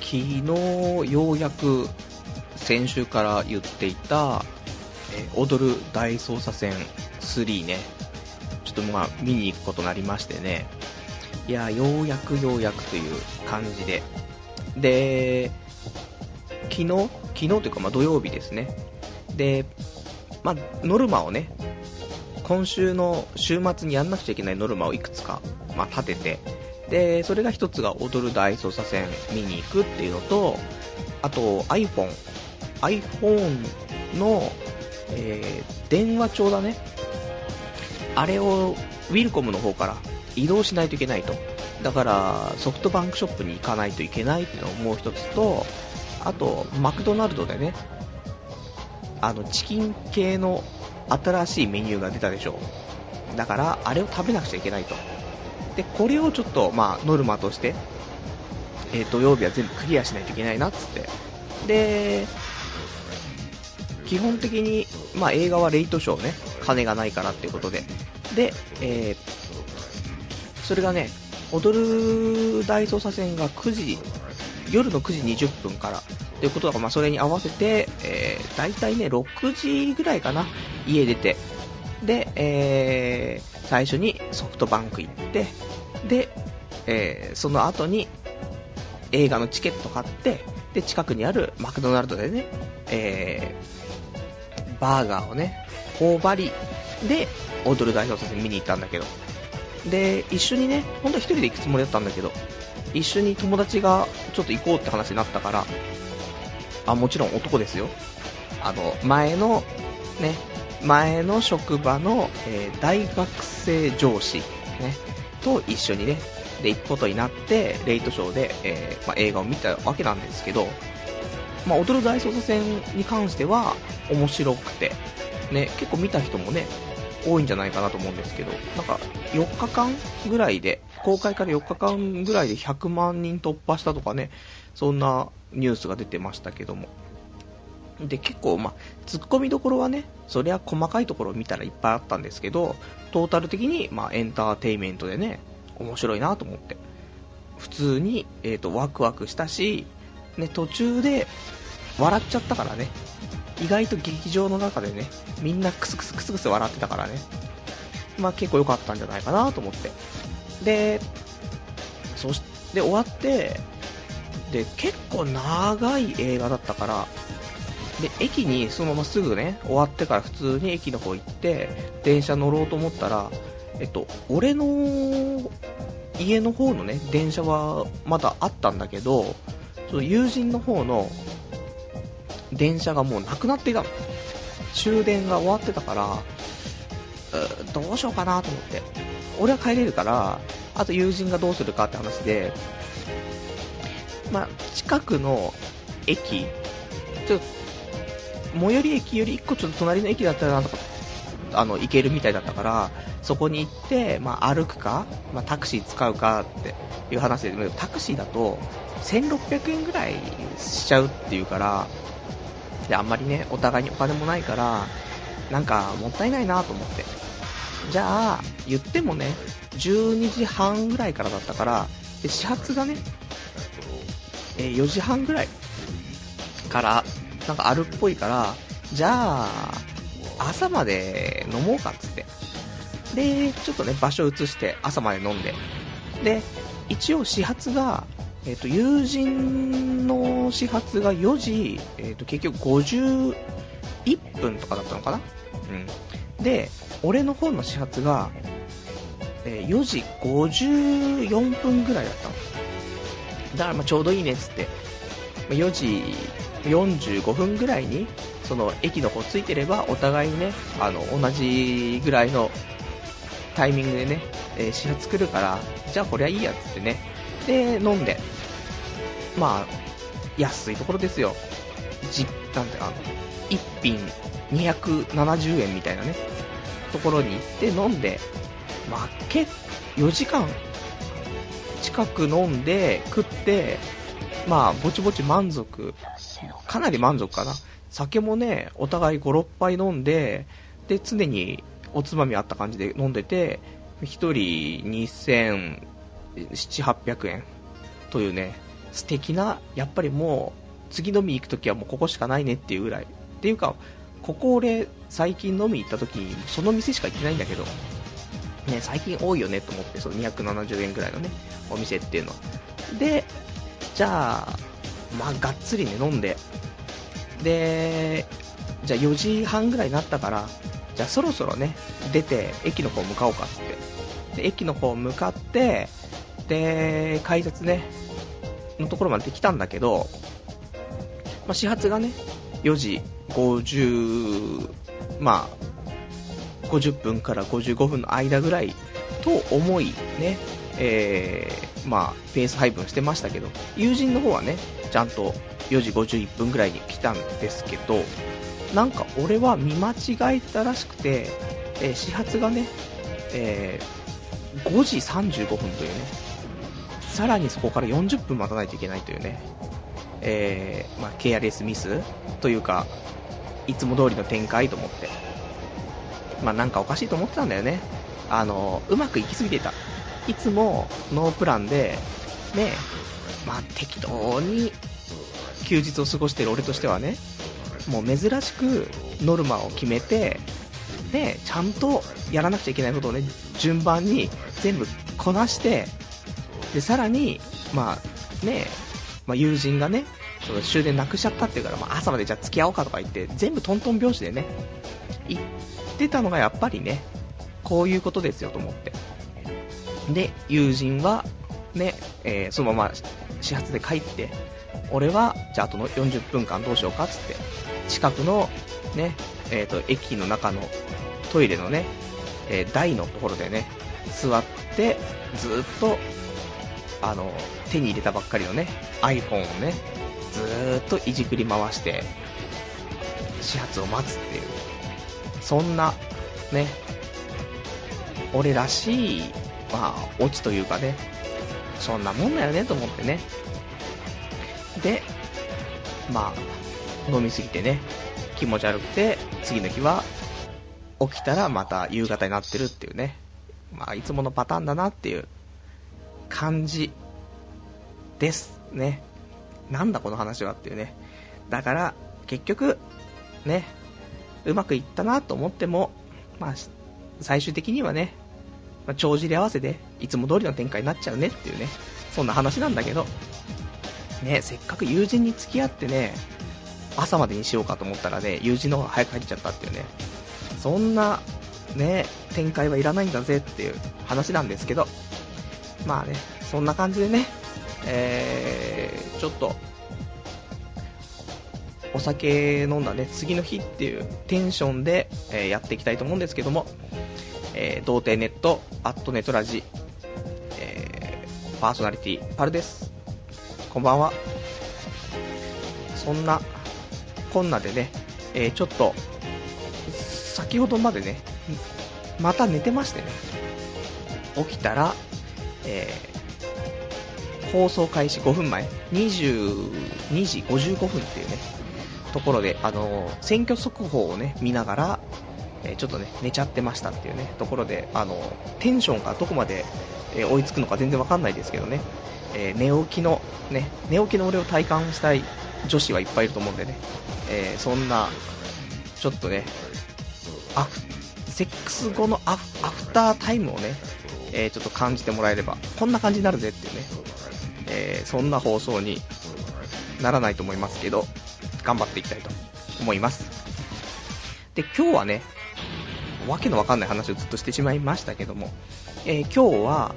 昨日ようやく先週から言っていた、踊る大捜査線3ね、ちょっとまあ見に行くことになりましてね。いや、ようやくという感じで。で、昨日というかまあ土曜日ですね。で、まあノルマをね、今週の週末にやんなくちゃいけないノルマをいくつか、まあ、立てて、で、それが一つが踊る大捜査線見に行くっていうのと、あと iPhone の、電話帳だね。あれをウィルコムの方から移動しないといけないと。だからソフトバンクショップに行かないといけないっていうのをもう一つと、あとマクドナルドでね、チキン系の新しいメニューが出たでしょう。だからあれを食べなくちゃいけないと。でこれをちょっとまあノルマとして、土曜日は全部クリアしないといけないなっつって。で基本的にまあ映画はレイトショーね、金がないからっていうことで、で、それがね、踊る大捜査線が夜の9時20分からということだから、まあそれに合わせて、だいたいね6時ぐらいかな、家出て、で、最初にソフトバンク行って、で、その後に映画のチケット買って、で近くにあるマクドナルドでね、バーガーをね頬張りで踊る大捜査線見に行ったんだけど、で一緒にね、本当は一人で行くつもりだったんだけど、一緒に友達がちょっと行こうって話になったから、もちろん男ですよ。前の職場の、大学生上司、ね、と一緒にね、で行くことになって、レイトショーで、まあ、映画を見たわけなんですけど、まあ、踊る大捜査線に関しては面白くて、ね、結構見た人もね、多いんじゃないかなと思うんですけど、なんか4日間ぐらいで、公開から4日間ぐらいで100万人突破したとかね、そんなニュースが出てましたけども。で結構まあ突っ込みどころはね、そりゃ細かいところを見たらいっぱいあったんですけど、トータル的にまあエンターテイメントでね、面白いなと思って、普通に、ワクワクしたし、ね、途中で笑っちゃったからね、意外と劇場の中でね、みんなクスクス笑ってたからね、まあ結構良かったんじゃないかなと思って、でそして終わって、で結構長い映画だったから、で駅にそのまますぐね、終わってから普通に駅の方行って電車乗ろうと思ったら、俺の家の方のね電車はまだあったんだけど、その友人の方の電車がもうなくなっていたの。終電が終わってたから、どうしようかなと思って、俺は帰れるから、あと友人がどうするかって話で、まあ近くの駅、ちょっと最寄り駅より1個ちょっと隣の駅だったらなんとか行けるみたいだったから、そこに行って、まあ、歩くか、まあ、タクシー使うかっていう話で、タクシーだと1600円ぐらいしちゃうっていうから、であんまりねお互いにお金もないから、なんかもったいないなと思って、じゃあ言ってもね12時半ぐらいからだったから、で始発がね、4時半ぐらいからなんかあるっぽいから、じゃあ朝まで飲もうかっつって、でちょっとね場所移して朝まで飲んで、で一応始発が、友人の始発が4時、結局51分とかだったのかな、うん、で俺の方の始発が、4時54分ぐらいだったのだから、まあちょうどいいねっつって、4時45分ぐらいにその駅の方ついてればお互いにね、同じぐらいのタイミングでね、始発来るから、じゃあこりゃいいやっつってね、で飲んで、まあ安いところですよ、なんて1品270円みたいなねところに行って飲んで、まあ4時間近く飲んで食って、まあぼちぼち満足、かなり満足かな。酒もねお互い 5,6 杯飲んで、で常におつまみあった感じで飲んでて、1人2700-800円というね、 素敵な、やっぱりもう次飲み行くときはもうここしかないねっていうぐらいっていうか、ここ俺最近飲み行ったときにその店しか行ってないんだけどね、最近多いよねと思って、その270円ぐらいのねお店っていうので、じゃあまあがっつりね飲んで、でじゃあ4時半ぐらいになったから、じゃあそろそろね出て駅の方向かおうかっつって、で駅の方向かって、で改札ねのところまで来たんだけど、まあ、始発がね4時50、まあ50分から55分の間ぐらいと思いね、まあペース配分してましたけど、友人の方はねちゃんと4時51分ぐらいに来たんですけど、なんか俺は見間違えたらしくて、始発がね、5時35分というね、さらにそこから40分待たないといけないというね、まあ、ケアレスミスというかいつも通りの展開と思って、まあ、なんかおかしいと思ってたんだよね。うまくいきすぎてた。いつもノープランでね、まあ、適当に休日を過ごしている俺としてはね、もう珍しくノルマを決めてでちゃんとやらなくちゃいけないことをね順番に全部こなして、でさらにまあね、まあ、友人がねその終電なくしちゃったっていうから、まあ、朝までじゃあ付き合おうかとか言って全部トントン拍子でね言ってたのがやっぱりねこういうことですよと思って、で友人はね、そのまま始発で帰って、俺はじゃああとの40分間どうしようかっつって近くのね、駅の中のトイレのね、台のところでね座ってずっと手に入れたばっかりのね iPhone をねずーっといじくり回して始発を待つっていう、そんなね俺らしいまあオチというかね、そんなもんだよねと思ってね。でまあ飲みすぎてね気持ち悪くて、次の日は起きたらまた夕方になってるっていうね、まあいつものパターンだなっていう感じですね。なんだこの話はっていうね。だから結局ねうまくいったなと思っても、まあ最終的にはね、まあ、帳尻合わせでいつも通りの展開になっちゃうねっていうね、そんな話なんだけどね。せっかく友人に付き合ってね朝までにしようかと思ったらね友人の方が早く帰っちゃったっていうね、そんなね展開はいらないんだぜっていう話なんですけど、まあねそんな感じでね、ちょっとお酒飲んだね次の日っていうテンションで、やっていきたいと思うんですけども、童貞ネットネットラジ、パーソナリティパルです。こんばんは。そんなこんなでね、ちょっと先ほどまでねまた寝てましてね、起きたら、放送開始5分前22時55分っていうねところで選挙速報をね見ながら、ちょっとね寝ちゃってましたっていうねところで、テンションがどこまで、追いつくのか全然わかんないですけどね、寝起きの俺を体感したい女子はいっぱいいると思うんでね、そんなちょっとねセックス後のアフタータイムをね、ちょっと感じてもらえればこんな感じになるぜっていうね、そんな放送にならないと思いますけど頑張っていきたいと思います。で今日はねわけのわかんない話をずっとしてしまいましたけども、今日は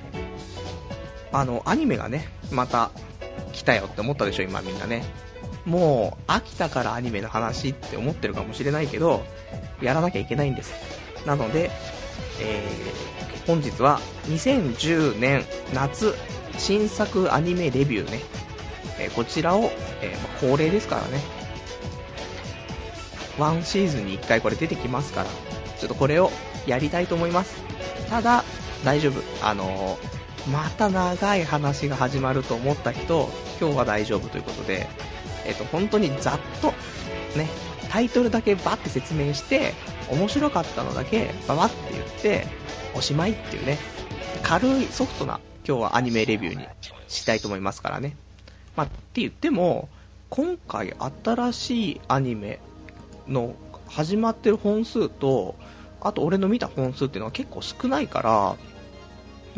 アニメがねまた来たよって思ったでしょ今みんなね。もう飽きたからアニメの話って思ってるかもしれないけどやらなきゃいけないんです。なので、本日は2010年夏新作アニメレビューね、こちらを、恒例ですからね、ワンシーズンに1回これ出てきますから、ちょっとこれをやりたいと思います。ただ大丈夫、また長い話が始まると思った人今日は大丈夫ということで、本当にざっとねタイトルだけバッて説明して面白かったのだけババッて言っておしまいっていうね、軽いソフトな今日はアニメレビューにしたいと思いますからね。 って言っても、今回新しいアニメの始まってる本数と、あと俺の見た本数っていうのは結構少ないから、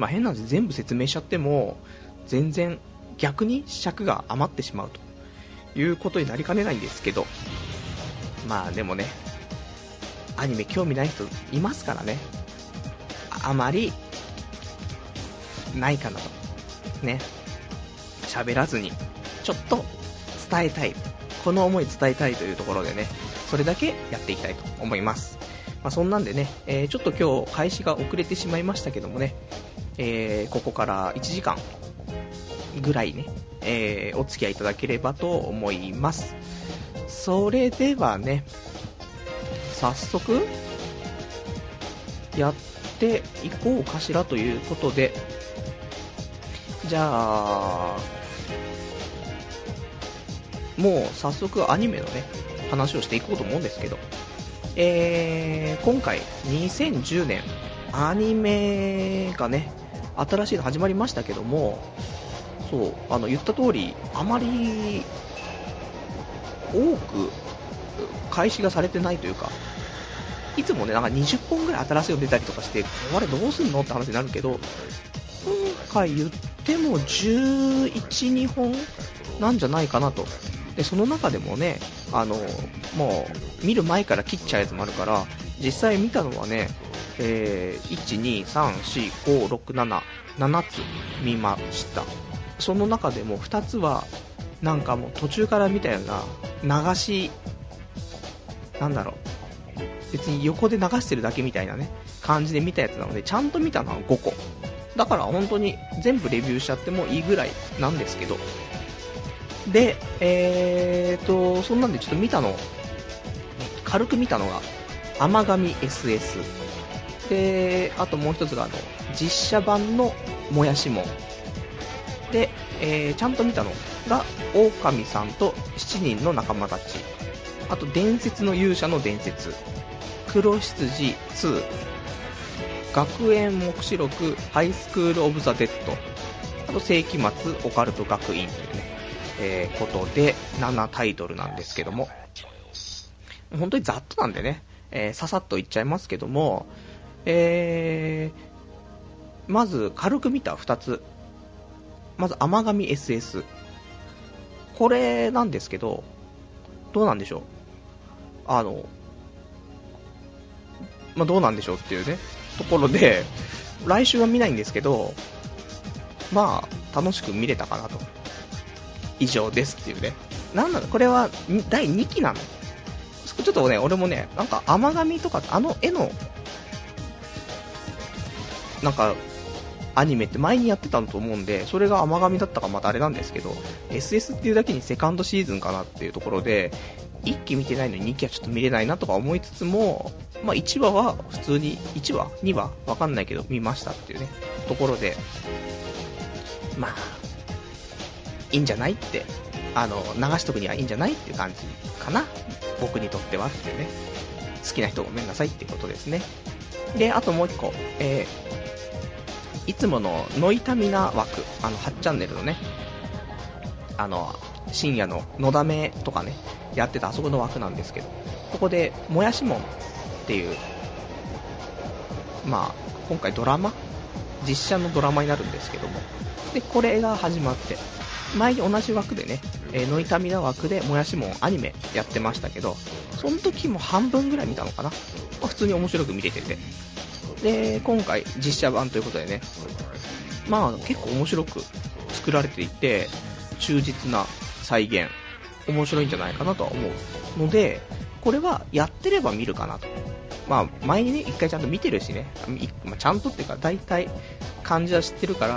変な話全部説明しちゃっても全然逆に尺が余ってしまうということになりかねないんですけど、でもね、アニメ興味ない人いますからね、あまりないかなとね、喋らずにちょっと伝えたい、この思い伝えたいというところでね、それだけやっていきたいと思います。そんなんでね、ちょっと今日開始が遅れてしまいましたけどもね、ここから1時間ぐらいね、お付き合いいただければと思います。それではね、早速やっていこうかしらということで、じゃあもう早速アニメのね話をしていこうと思うんですけど、今回2010年アニメがね新しいの始まりましたけども、そう言った通りあまり多く開始がされてないというか、いつもねなんか20本ぐらい新しいの出たりとかして、あれどうすんのって話になるけど、今回言っても11、2本なんじゃないかなと。でその中でもね、もう見る前から切っちゃうやつもあるから、実際見たのはね、1、2、3、4、5、6、7、7つ見ました。その中でも2つはなんかもう途中から見たような流し、なんだろう、別に横で流してるだけみたいなね感じで見たやつなので、ちゃんと見たのは5個だから本当に全部レビューしちゃってもいいぐらいなんですけど、でそんなんでちょっと見たの、軽く見たのが甘神 SS で、あともう一つが実写版のもやしもんで、ちゃんと見たのが狼さんと7人の仲間たち、あと伝説の勇者の伝説、黒羊2、学園目視録ハイスクールオブザ・デッド、あと世紀末オカルト学院というね、ことで7タイトルなんですけども、本当にざっとなんでね、ささっといっちゃいますけども、まず軽く見た2つ、まず甘神 SS、 これなんですけど、どうなんでしょう、どうなんでしょうっていうねところで、来週は見ないんですけど、楽しく見れたかなと、以上ですっていうね。なんだろう、これは第2期なの。ちょっとね、俺もね、なんか甘神とか絵のなんかアニメって前にやってたと思うんで、それが甘神だったかまたあれなんですけど、 SS っていうだけにセカンドシーズンかなっていうところで、1期見てないのに2期はちょっと見れないなとか思いつつも、1話は普通に、1話2話わかんないけど見ましたっていうねところで、いいんじゃないって、流しとくにはいいんじゃないっていう感じかな、僕にとってはっていうね。好きな人ごめんなさいっていうことですね。で、あともう一個、いつものノイタミナ枠、8チャンネルのね、深夜ののだめとかねやってたあそこの枠なんですけど、ここでもやしもんっていう、今回ドラマ、実写のドラマになるんですけども、でこれが始まって、前に同じ枠でね、ノイタミナ枠でもやしもんアニメやってましたけど、その時も半分ぐらい見たのかな、普通に面白く見れてて、で今回実写版ということでね、結構面白く作られていて、忠実な再現、面白いんじゃないかなとは思うので、これはやってれば見るかなと。前にね一回ちゃんと見てるしね、ちゃんとっていうか大体感じは知ってるから、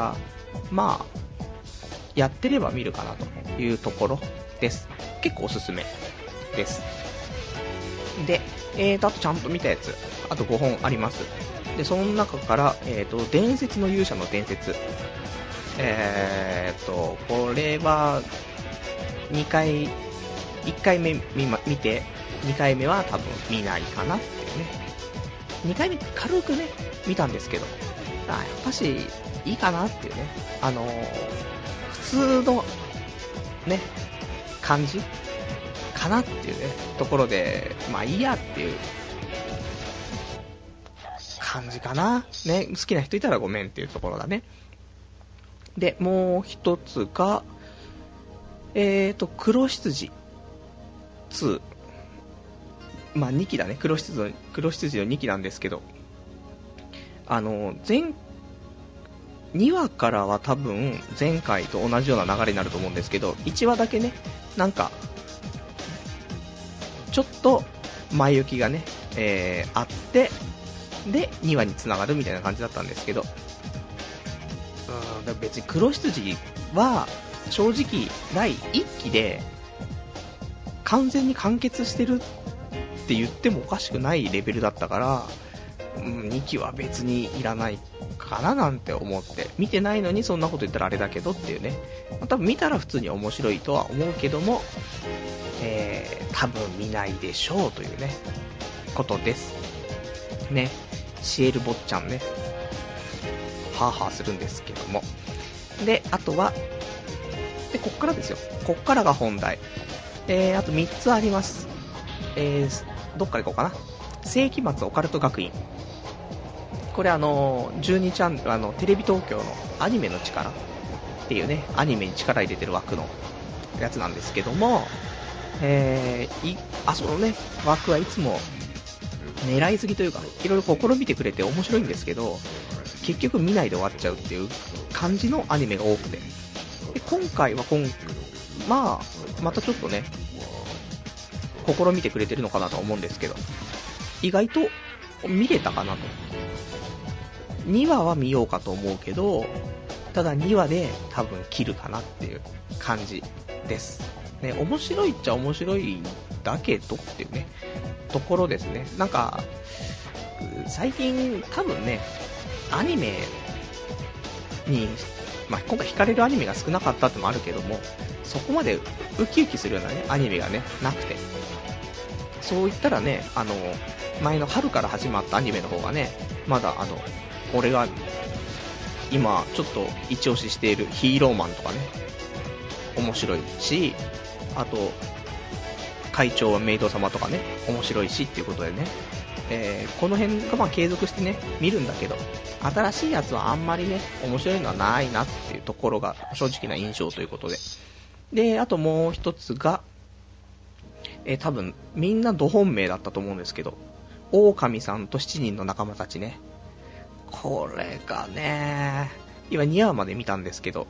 やってれば見るかなというところです。結構おすすめです。で、あとちゃんと見たやつ、あと5本あります。でその中から、伝説の勇者の伝説、これは2回、1回目見て、2回目は多分見ないかなっていうね。2回目軽くね見たんですけど、やっぱしいいかなっていうね。普通のね、感じかなっていうね、ところで、まあいいやっていう感じかな。ね、好きな人いたらごめんっていうところだね。で、もう一つが、黒羊2。まあ2期だね。黒羊の2期なんですけど、2話からは多分前回と同じような流れになると思うんですけど、1話だけね、なんかちょっと前行きがね、あってで2話に繋がるみたいな感じだったんですけど、別に黒羊は正直第1期で完全に完結してるって言ってもおかしくないレベルだったから、2期は別にいらないかななんて思って、見てないのにそんなこと言ったらあれだけどっていうね、多分見たら普通に面白いとは思うけども、多分見ないでしょうというねことですね。シエル坊ちゃんね、ハーハーするんですけども、であとはでこっからですよ。こっからが本題。あと3つあります。どっから行こうかな。世紀末オカルト学院、これ12チャンネル、テレビ東京のアニメの力っていうね、アニメに力入れてる枠のやつなんですけども、そのね枠はいつも狙いすぎというか、いろいろ試みてくれて面白いんですけど、結局見ないで終わっちゃうっていう感じのアニメが多くて、で今回はまたちょっとね試みてくれてるのかなと思うんですけど、意外と見れたかなと。2話は見ようかと思うけど、ただ2話で多分切るかなっていう感じですね。面白いっちゃ面白いんだけどっていうねところですね。なんか最近多分ねアニメに、今回惹かれるアニメが少なかったってのもあるけども、そこまでウキウキするようなねアニメがねなくて、そう言ったらね、前の春から始まったアニメの方がね、まだ俺が今ちょっと一押ししているヒーローマンとかね面白いし、あと会長はメイド様とかね面白いしっていうことでね、この辺が継続してね見るんだけど、新しいやつはあんまりね面白いのはないなっていうところが正直な印象ということで、であともう一つが、多分みんなど本命だったと思うんですけど、狼さんと7人の仲間たちね、これがね今2話まで見たんですけど、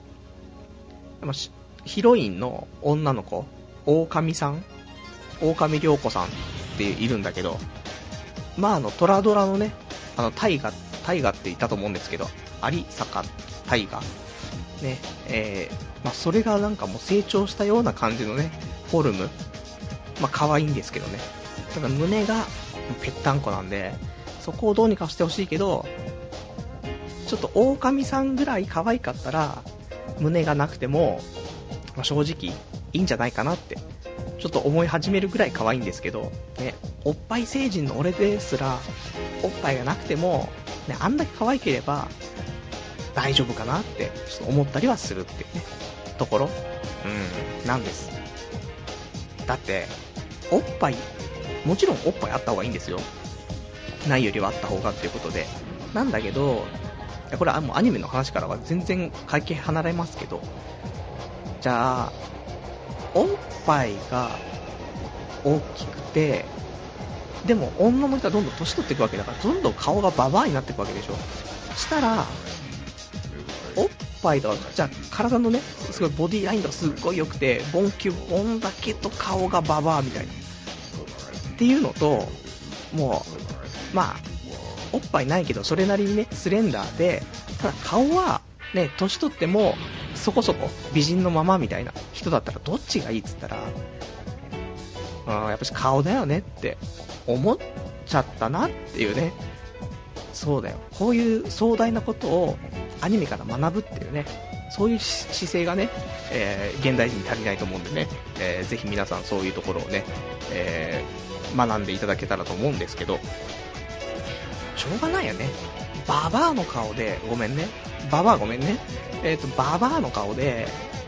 ヒロインの女の子狼さん、狼涼子さんっているんだけど、トラドラのね大河っていたと思うんですけど、有坂大河ね、それがなんかもう成長したような感じのねフォルム、可愛いんですけどね、ただ胸がぺったんこなんで、そこをどうにかしてほしいけど、ちょっと狼さんぐらい可愛かったら胸がなくても、正直いいんじゃないかなってちょっと思い始めるぐらい可愛いんですけど、ね、おっぱい成人の俺ですらおっぱいがなくても、ね、あんだけ可愛ければ大丈夫かなってちょっと思ったりはするっていうねところなんです。だっておっぱい、もちろんおっぱいあった方がいいんですよ、ないよりはあった方がっていうことでなんだけど、これはもうアニメの話からは全然会計離れますけど、じゃあおっぱいが大きくて、でも女の人はどんどん年取っていくわけだから、どんどん顔がババアになっていくわけでしょ。したらおっぱいとか、じゃあ体のねすごいボディラインとかすっごい良くてボンキュボンだけど顔がババアみたいなっていうのと、もうおっぱいないけどそれなりにねスレンダーで、ただ顔はね年取ってもそこそこ美人のままみたいな人だったらどっちがいいっつったら、やっぱり顔だよねって思っちゃったなっていうね。そうだよ、こういう壮大なことをアニメから学ぶっていうね、そういう姿勢がね、現代人に足りないと思うんでね、ぜひ皆さんそういうところをね、学んでいただけたらと思うんですけど、しょうがないよね。ババアの顔で、ごめんね、ババアの顔で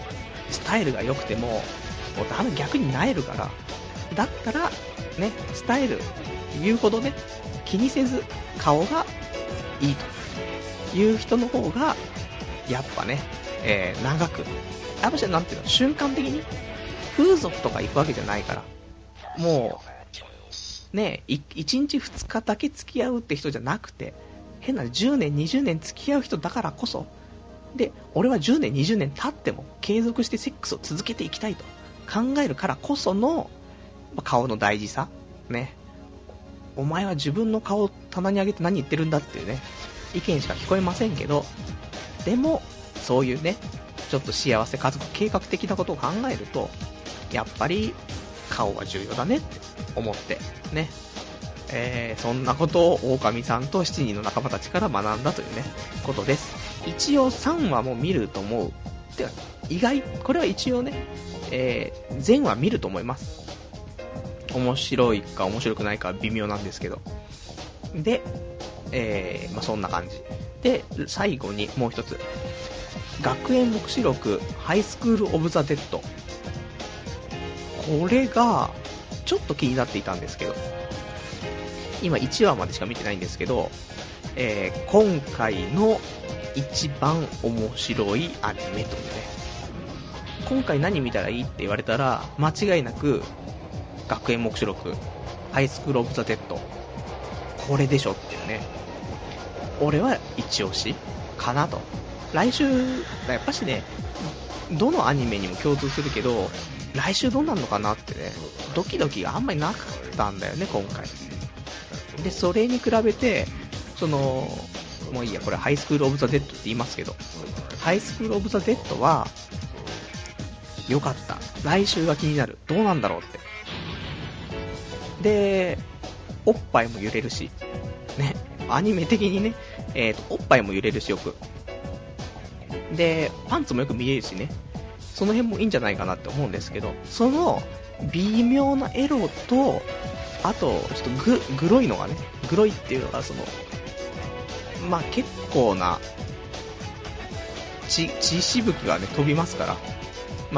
スタイルが良くても、もうダメ、逆に萎えるから、だったらね、スタイル言うほどね気にせず顔がいいという人の方がやっぱね、長く、やっぱりなんていうの、瞬間的に風俗とか行くわけじゃないから、もうね、1日2日だけ付き合うって人じゃなくて、変な10年20年付き合う人だからこそで、俺は10年20年経っても継続してセックスを続けていきたいと考えるからこその顔の大事さね。お前は自分の顔を棚に上げて何言ってるんだっていうね意見しか聞こえませんけど、でもそういうねちょっと幸せ家族計画的なことを考えると、やっぱり顔は重要だねって思ってね、そんなことを狼さんと7人の仲間たちから学んだというねことです。一応3話も見ると思う。では意外、これは一応ね、全話見ると思います。面白いか面白くないか微妙なんですけど、で、そんな感じで、最後にもう一つ、学園黙示録ハイスクールオブザ・デッド、これがちょっと気になっていたんですけど、今1話までしか見てないんですけど、今回の一番面白いアニメというね、今回何見たらいいって言われたら間違いなく学園黙示録ハイスクールオブザ・デッド、これでしょっていうね、俺は一押しかなと。来週やっぱしね、どのアニメにも共通するけど、来週どうなるのかなってね、ドキドキがあんまりなかったんだよね今回で。それに比べて、もういいや、これハイスクールオブザ・デッドって言いますけど、ハイスクールオブザ・デッドは良かった。来週が気になる、どうなんだろうって。で、おっぱいも揺れるしね、アニメ的にね、おっぱいも揺れるし、よくでパンツもよく見えるしね、その辺もいいんじゃないかなって思うんですけど、その微妙なエロと、あとちょっとグロいのがね、グロいっていうのが結構な血しぶきがね飛びますから、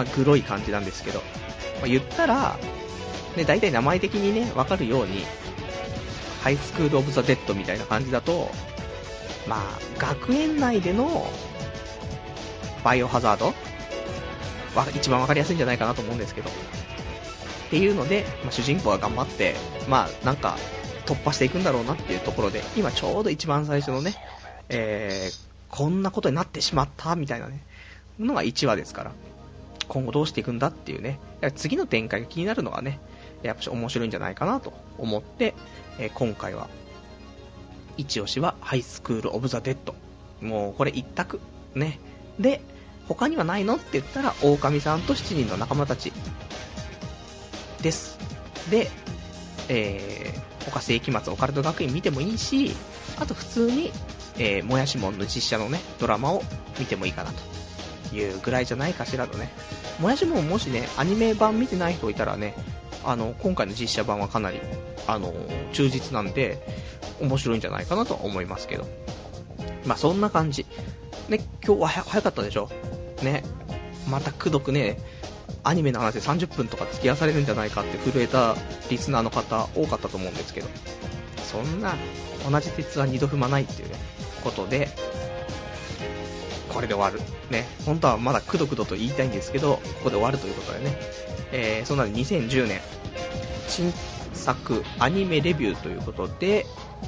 グロい感じなんですけど、言ったらね、大体名前的にね分かるようにハイスクールオブザ・デッドみたいな感じだと、学園内でのバイオハザードは一番分かりやすいんじゃないかなと思うんですけど、っていうので、主人公は頑張ってなんか突破していくんだろうなっていうところで、今ちょうど一番最初のね、こんなことになってしまったみたいなねのが1話ですから、今後どうしていくんだっていうね、次の展開が気になるのがね、やっぱ面白いんじゃないかなと思って、今回は一押しはハイスクールオブザ・デッド、もうこれ一択ね。で、他にはないのって言ったら狼さんと7人の仲間たちです。で、他世紀末オカルト学院見てもいいし、あと普通に、もやしもんの実写のねドラマを見てもいいかなというぐらいじゃないかしらとね。もやしもんもしねアニメ版見てない人いたらね、今回の実写版はかなり忠実なんで面白いんじゃないかなと思いますけど、そんな感じね。今日は早かったでしょね。またくどくねアニメの話で30分とか付き合わされるんじゃないかって震えたリスナーの方多かったと思うんですけど、そんな同じ鉄は二度踏まないっていう、ね、ことで、これで終わるね。本当はまだくどくどと言いたいんですけど、ここで終わるということでね、そんなに2010年新作アニメレビューということで、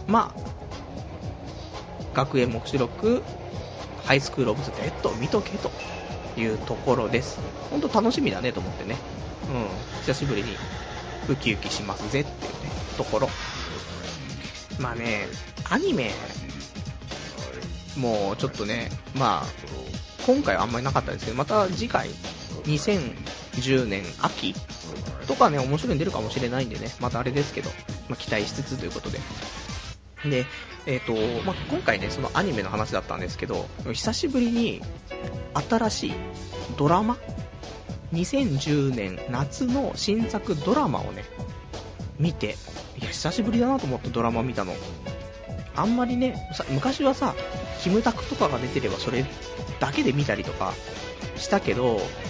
学園黙示録ハイスクールオブザ・デッドを見とけというところです。本当楽しみだねと思ってね、久しぶりにウキウキしますぜっていうねところ。アニメもうちょっとね、今回はあんまりなかったですけど、また次回2010年秋とかね面白いの出るかもしれないんでね、またあれですけど、期待しつつということで。で、今回ねそのアニメの話だったんですけど、久しぶりに新しいドラマ、2010年夏の新作ドラマをね見て、いや久しぶりだなと思ってドラマ見たの。あんまりね昔はさキムタクとかが出てればそれだけで見たりとかしたけど、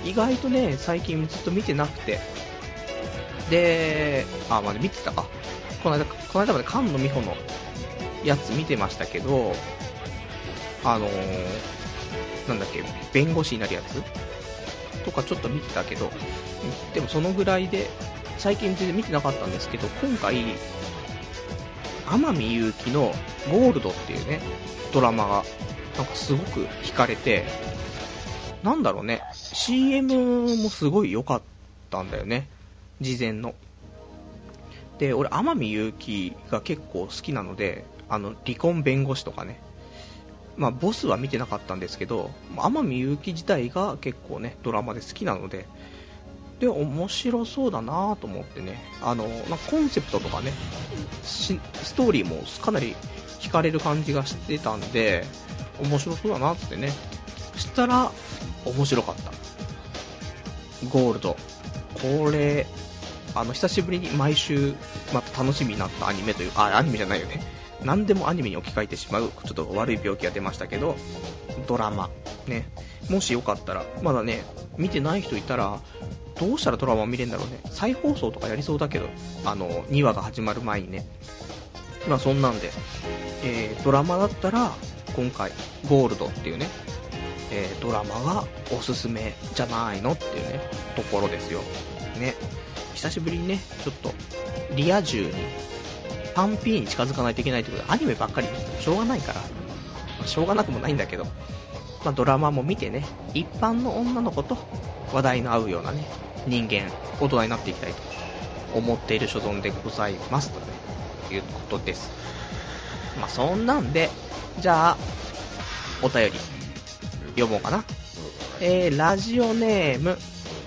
意外とね、最近ずっと見てなくて。で、まあ見てたか。この間まで菅野美穂のやつ見てましたけど、なんだっけ、弁護士になるやつとかちょっと見てたけど、でもそのぐらいで、最近全然見てなかったんですけど、今回、天海祐希のゴールドっていうね、ドラマが、なんかすごく惹かれて、なんだろうね、CM もすごい良かったんだよね、事前の。で、俺、天海祐希が結構好きなので、離婚弁護士とかね、まあ、ボスは見てなかったんですけど、天海祐希自体が結構ね、ドラマで好きなので、で、面白そうだなと思ってね、なんかコンセプトとかね、ストーリーもかなり惹かれる感じがしてたんで、面白そうだなってね、したら、面白かった。ゴールド。これ、久しぶりに毎週、また楽しみになったアニメという、アニメじゃないよね。何でもアニメに置き換えてしまう、ちょっと悪い病気が出ましたけど、ドラマ。ね。もしよかったら、まだね、見てない人いたら、どうしたらドラマ見れるんだろうね。再放送とかやりそうだけど、2話が始まる前にね。まあそんなんで、ドラマだったら、今回、ゴールドっていうね、ドラマがおすすめじゃないのっていうね、ところですよ。ね。久しぶりにね、ちょっと、リア充に、パンピーに近づかないといけないということで、アニメばっかり見てもしょうがないから、しょうがなくもないんだけど、まあ、ドラマも見てね、一般の女の子と話題の合うようなね、人間、大人になっていきたいと思っている所存でございますということです。まあ、そんなんで、じゃあ、お便り、読もうかな。ラジオネーム、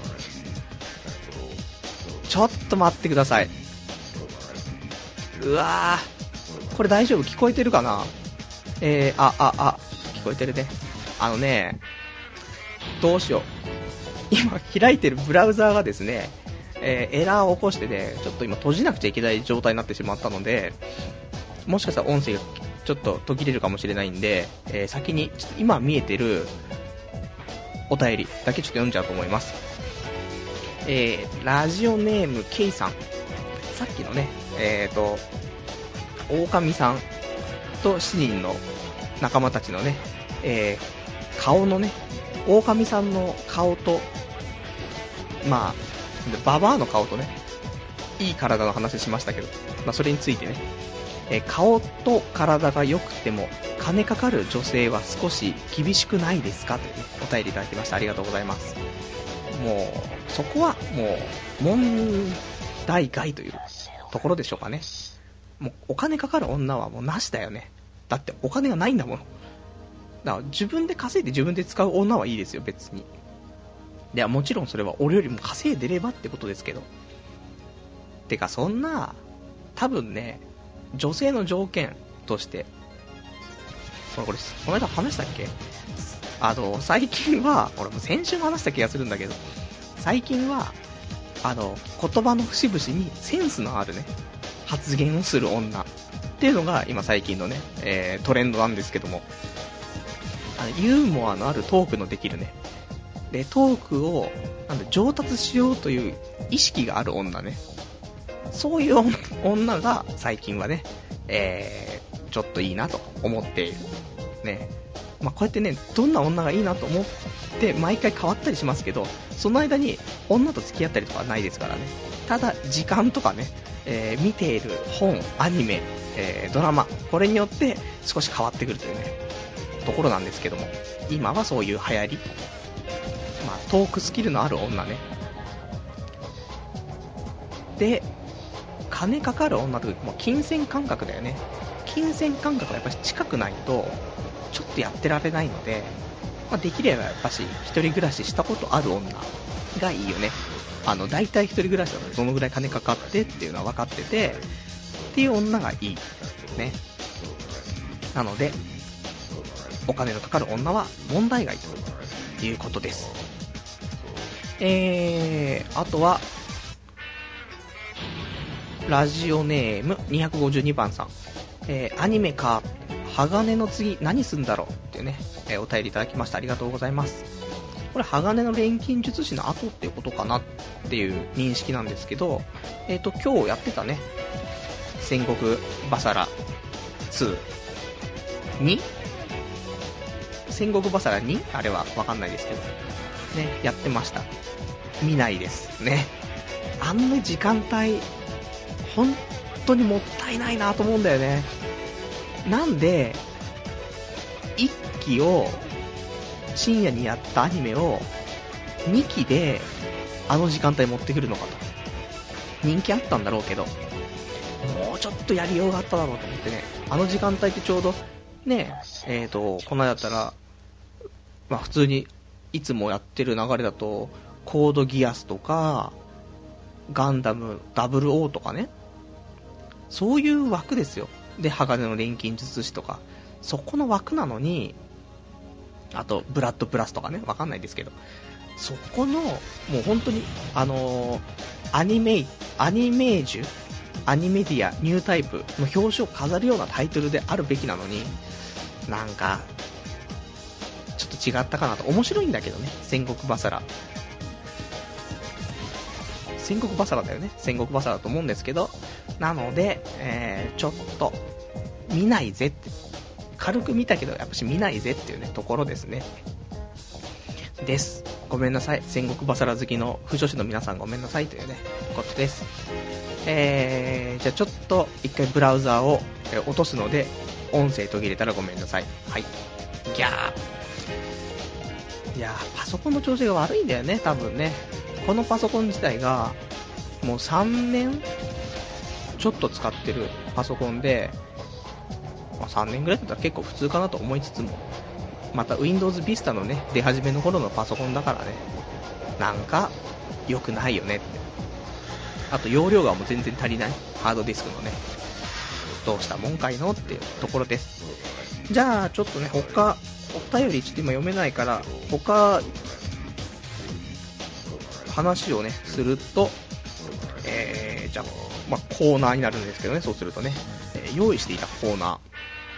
ちょっと待ってください。うわー、これ大丈夫？聞こえてるかな？聞こえてるね。どうしよう。今開いてるブラウザーがですね、エラーを起こしてね、ちょっと今閉じなくちゃいけない状態になってしまったので、もしかしたら音声がちょっと途切れるかもしれないんで、先にちょっと今見えてるお便りだけちょっと読んじゃうと思います。ラジオネーム K さん、さっきのね、狼さんと7人の仲間たちのね、顔のね、狼さんの顔と、まあババアの顔とね、いい体の話しましたけど、まあそれについてね、顔と体が良くても金かかる女性は少し厳しくないですかという、ね、お便りいただきました。ありがとうございます。もうそこはもう問題外というところでしょうかね。もうお金かかる女はもうなしだよね。だってお金がないんだもの。だから自分で稼いで自分で使う女はいいですよ、別に。ではもちろんそれは俺よりも稼いでればってことですけど、てかそんな多分ね、女性の条件としてこの間話したっけ？最近は俺も先週も話した気がするんだけど、最近は言葉の節々にセンスのあるね発言をする女っていうのが今最近のね、トレンドなんですけども、ユーモアのあるトークのできるね、でトークを上達しようという意識がある女ね、そういう女が最近はね、ちょっといいなと思っているね。まあ、こうやってね、どんな女がいいなと思って毎回変わったりしますけど、その間に女と付き合ったりとかはないですからね。ただ時間とかね、見ている本、アニメ、ドラマ、これによって少し変わってくるというねところなんですけども、今はそういう流行り、まあ、トークスキルのある女ね。で、金かかる女というもう金銭感覚だよね。金銭感覚がやっぱり近くないとちょっとやってられないので、まあ、できればやっぱし一人暮らししたことある女がいいよね。だいたい一人暮らしだとどのぐらい金かかってっていうのは分かっててっていう女がいいね。なのでお金のかかる女は問題外ということです。あとはラジオネーム252番さん、アニメか鋼の次何すんだろうっていうね、お便りいただきました。ありがとうございます。 これ鋼の錬金術師の後っていうことかなっていう認識なんですけど、今日やってたね、戦国バサラ2に戦国バサラ2あれはわかんないですけどね、やってました。見ないですね。あんな時間帯本当にもったいないなと思うんだよね。なんで1期を深夜にやったアニメを2期であの時間帯持ってくるのかと。人気あったんだろうけど、もうちょっとやりようがあっただろうと思ってね。あの時間帯ってちょうどね、この間だったら、まあ普通にいつもやってる流れだとコードギアスとかガンダム00とかね、そういう枠ですよ。で鋼の錬金術師とか、そこの枠なのに、あとブラッドプラスとかね、わかんないですけど、そこのもう本当にアニメージュ、アニメディアニュータイプの表紙を飾るようなタイトルであるべきなのに、なんかちょっと違ったかなと。面白いんだけどね、戦国バサラだよね、戦国バサラだと思うんですけど、なので、ちょっと見ないぜって、軽く見たけどやっぱし見ないぜっていうねところですね。です。ごめんなさい、戦国バサラ好きの不女子の皆さんごめんなさいというねことです。じゃあちょっと一回ブラウザーを落とすので音声途切れたらごめんなさい。はい。ギャー。いやー、パソコンの調子が悪いんだよね多分ね。このパソコン自体がもう3年ちょっと使ってるパソコンで、3年ぐらいだったら結構普通かなと思いつつも、また Windows Vista のね出始めの頃のパソコンだからね、なんか良くないよねって。あと容量がもう全然足りない、ハードディスクのね、どうしたもんかいのっていうところです。じゃあちょっとね、他お便りちょっと今読めないから他話をねすると、じゃあ、コーナーになるんですけどね、そうするとね、用意していたコーナ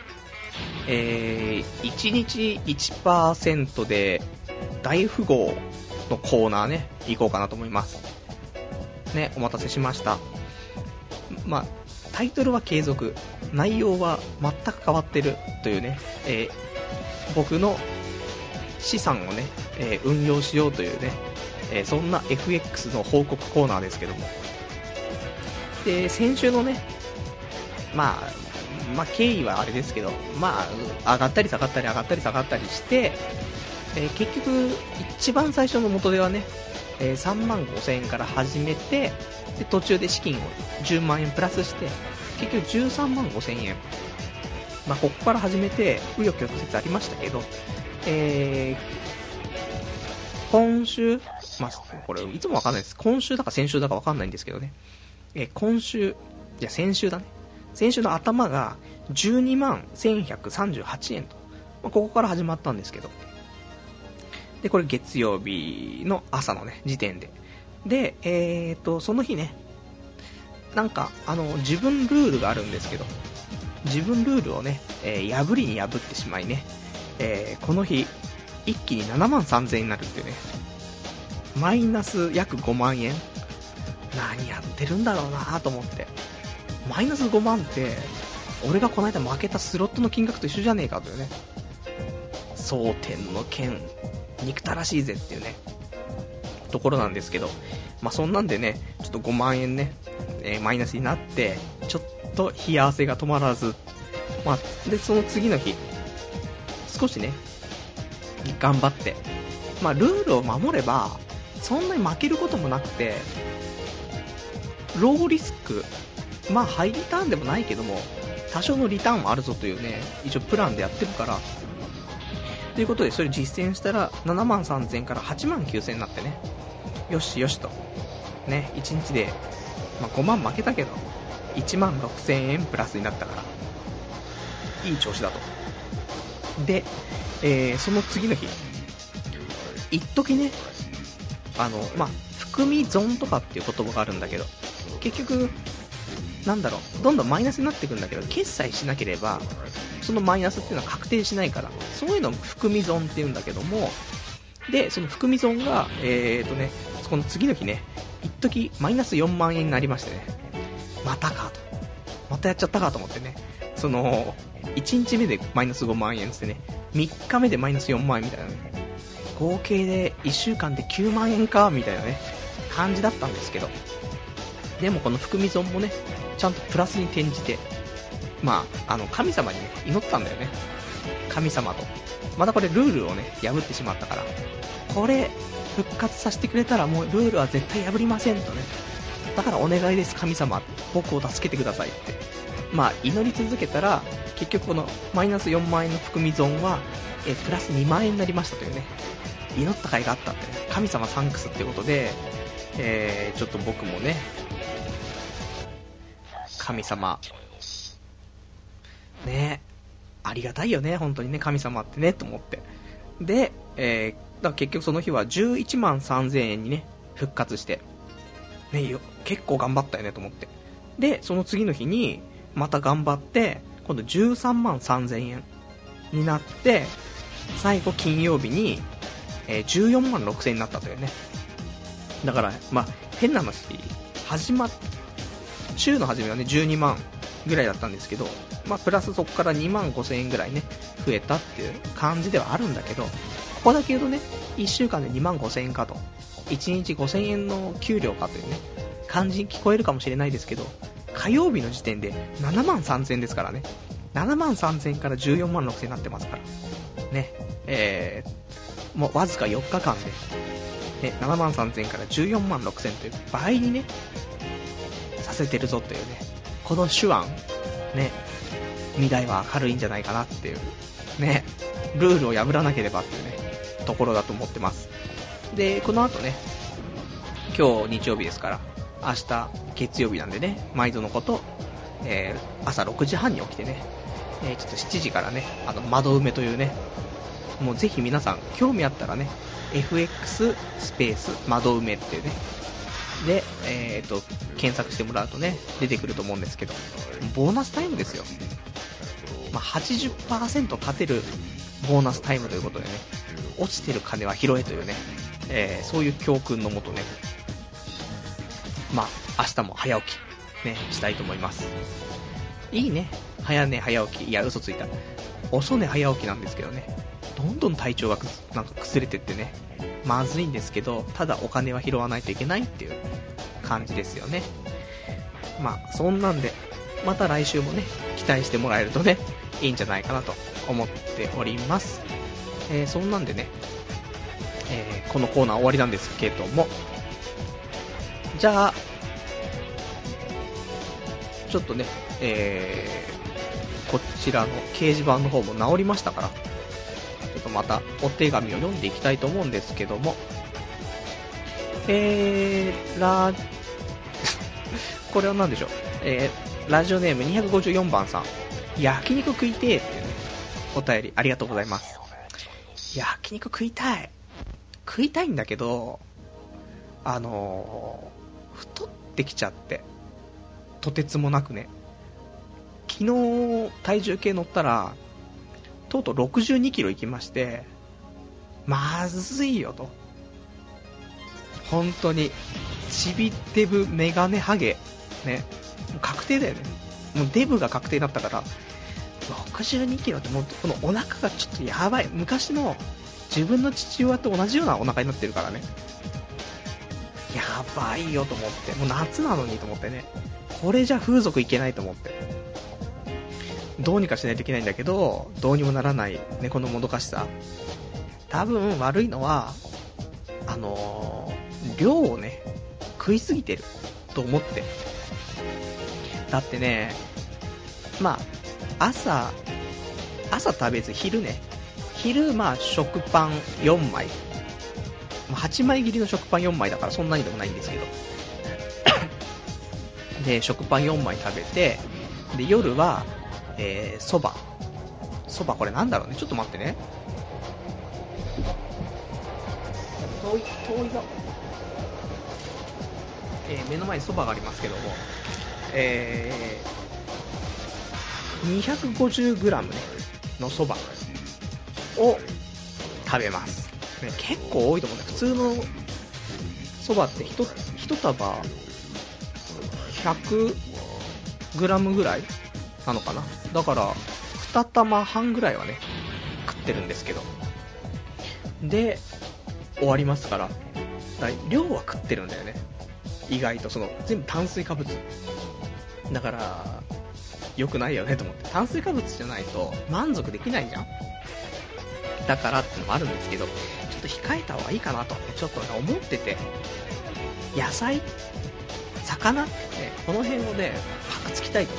ー、1日 1% で大富豪のコーナーね、行こうかなと思いますね。お待たせしました。タイトルは継続、内容は全く変わってるというね、僕の資産をね、運用しようというね、そんな FX の報告コーナーですけども、で先週のね、経緯はあれですけど、上がったり下がったり上がったり下がったりして、結局一番最初の元手はね、35,000円から始めて、で途中で資金を10万円プラスして結局13万5,000円、ここから始めて紆余曲折ありましたけど、今週、これいつもわかんないです、今週だか先週だかわかんないんですけどね、先週だね、先週の頭が12万1138円と、ここから始まったんですけど、でこれ月曜日の朝のね時点で、でその日ね、なんか自分ルールがあるんですけど、自分ルールをね、破ってしまいね、この日一気に7万3000円になるっていうね、マイナス約5万円、何やってるんだろうなと思って、マイナス5万って俺がこの間負けたスロットの金額と一緒じゃねえかというね、蒼天の剣憎たらしいぜっていうねところなんですけど、そんなんでね、ちょっと5万円ね、マイナスになってちょっと冷や汗が止まらず、でその次の日少しね頑張って、ルールを守ればそんなに負けることもなくて、ローリスク、ハイリターンでもないけども多少のリターンもあるぞというね、一応プランでやってるから、ということでそれ実践したら7万3000円から8万9000円になってね、よしよしとね、1日で、5万負けたけど1万6000円プラスになったからいい調子だと。で、その次の日一時ね、含み損とかっていう言葉があるんだけど、結局なんだろう、どんどんマイナスになっていくんだけど、決済しなければそのマイナスっていうのは確定しないから、そういうのを含み損っていうんだけども、 で、その含み損が、その次の日ね、一時マイナス4万円になりましてね、またかと。またやっちゃったかと思ってね、その、1日目でマイナス5万円ってね、3日目でマイナス4万円みたいなね、合計で1週間で9万円か、みたいなね、感じだったんですけど、でもこの含み損もね、ちゃんとプラスに転じて、まあ、神様にね、祈ったんだよね。神様と。またこれルールをね、破ってしまったから、これ、復活させてくれたらもうルールは絶対破りませんとね。だからお願いです神様、僕を助けてくださいって。まあ、祈り続けたら、結局このマイナス4万円の含み損は、プラス2万円になりましたというね。祈った甲斐があったって、ね、神様サンクスってことで、ちょっと僕もね、神様、ね、ありがたいよね、本当にね、神様ってね、と思って。で、だから結局その日は11万3000円にね、復活して、ね、結構頑張ったよねと思って。で、その次の日に、また頑張って、今度13万3000円になって、最後金曜日に、14万6000円になったというね。だから、まあ、変な話、週の初めはね、12万ぐらいだったんですけど、まあ、プラスそこから2万5000円ぐらいね、増えたっていう感じではあるんだけど、ここだけ言うとね、1週間で2万5000円かと、1日5000円の給料かというね、感じに聞こえるかもしれないですけど、火曜日の時点で7万3000円ですからね、7万3000円から14万6000円になってますから、ね、もうわずか4日間で、ね、7万3000円から14万6000円という倍にね、させてるぞというね、この手腕、ね、未来は明るいんじゃないかなっていう、ね、ルールを破らなければっていうね、ところだと思ってます。で、この後ね、今日日曜日ですから、明日月曜日なんでね、毎度のこと、朝6時半に起きてね、ちょっと7時からね、窓埋めというね、もうぜひ皆さん興味あったらね、FX スペース窓埋めっていうね、で、検索してもらうとね、出てくると思うんですけど、ボーナスタイムですよ。まあ、80% 勝てるボーナスタイムということでね、落ちてる金は拾えというね、そういう教訓のもとね、まあ、明日も早起き、ね、したいと思います。いいね、早寝早起き、いや、嘘ついた。遅寝早起きなんですけどね、どんどん体調がなんか崩れてってね、まずいんですけど、ただお金は拾わないといけないっていう感じですよね。まあ、そんなんで、また来週もね、期待してもらえるとね、いいんじゃないかなと思っております。そんなんでね、このコーナー終わりなんですけども、じゃあ、ちょっとね、こちらの掲示板の方も直りましたから、ちょっとまたお手紙を読んでいきたいと思うんですけども、これは何でしょう、ラジオネーム254番さん、焼肉食いてーっていうね、お便りありがとうございます。焼肉食いたいんだけど、太ってきちゃって、とてつもなくね、昨日体重計乗ったらとうとう62キロいきまして、まずいよと、本当にちびデブメガネハゲね、もう確定だよね。もうデブが確定だったから、62キロってもうこのお腹がちょっとやばい。昔の自分の父親と同じようなお腹になってるからね、やばいよと思って、もう夏なのにと思ってね、これじゃ風俗いけないと思って、どうにかしないといけないんだけど、どうにもならないね、このもどかしさ。多分悪いのは量をね食いすぎてると思って。だってね、まあ朝食べず昼まあ食パン4枚、8枚切りの食パン4枚だからそんなにでもないんですけどで食パン4枚食べて、で夜はそばこれなんだろうね、ちょっと待ってね、遠いぞ、目の前にそばがありますけども、250g ねのそばを食べます。 結構多いと思うんだよ。普通のそばって1束100グラムぐらいなのかな。だから2玉半ぐらいはね食ってるんですけど、で終わりますから、量は食ってるんだよね。意外と全部炭水化物だから良くないよねと思って。炭水化物じゃないと満足できないじゃん。だからってのもあるんですけど、ちょっと控えた方がいいかなとちょっと思ってて、野菜、魚ね、この辺をねパクつきたいと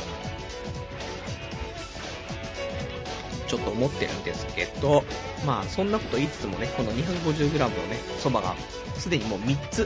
ちょっと思ってるんですけど、まあそんなこと言いつつもね、この 250g のねそばがすでにもう3つ、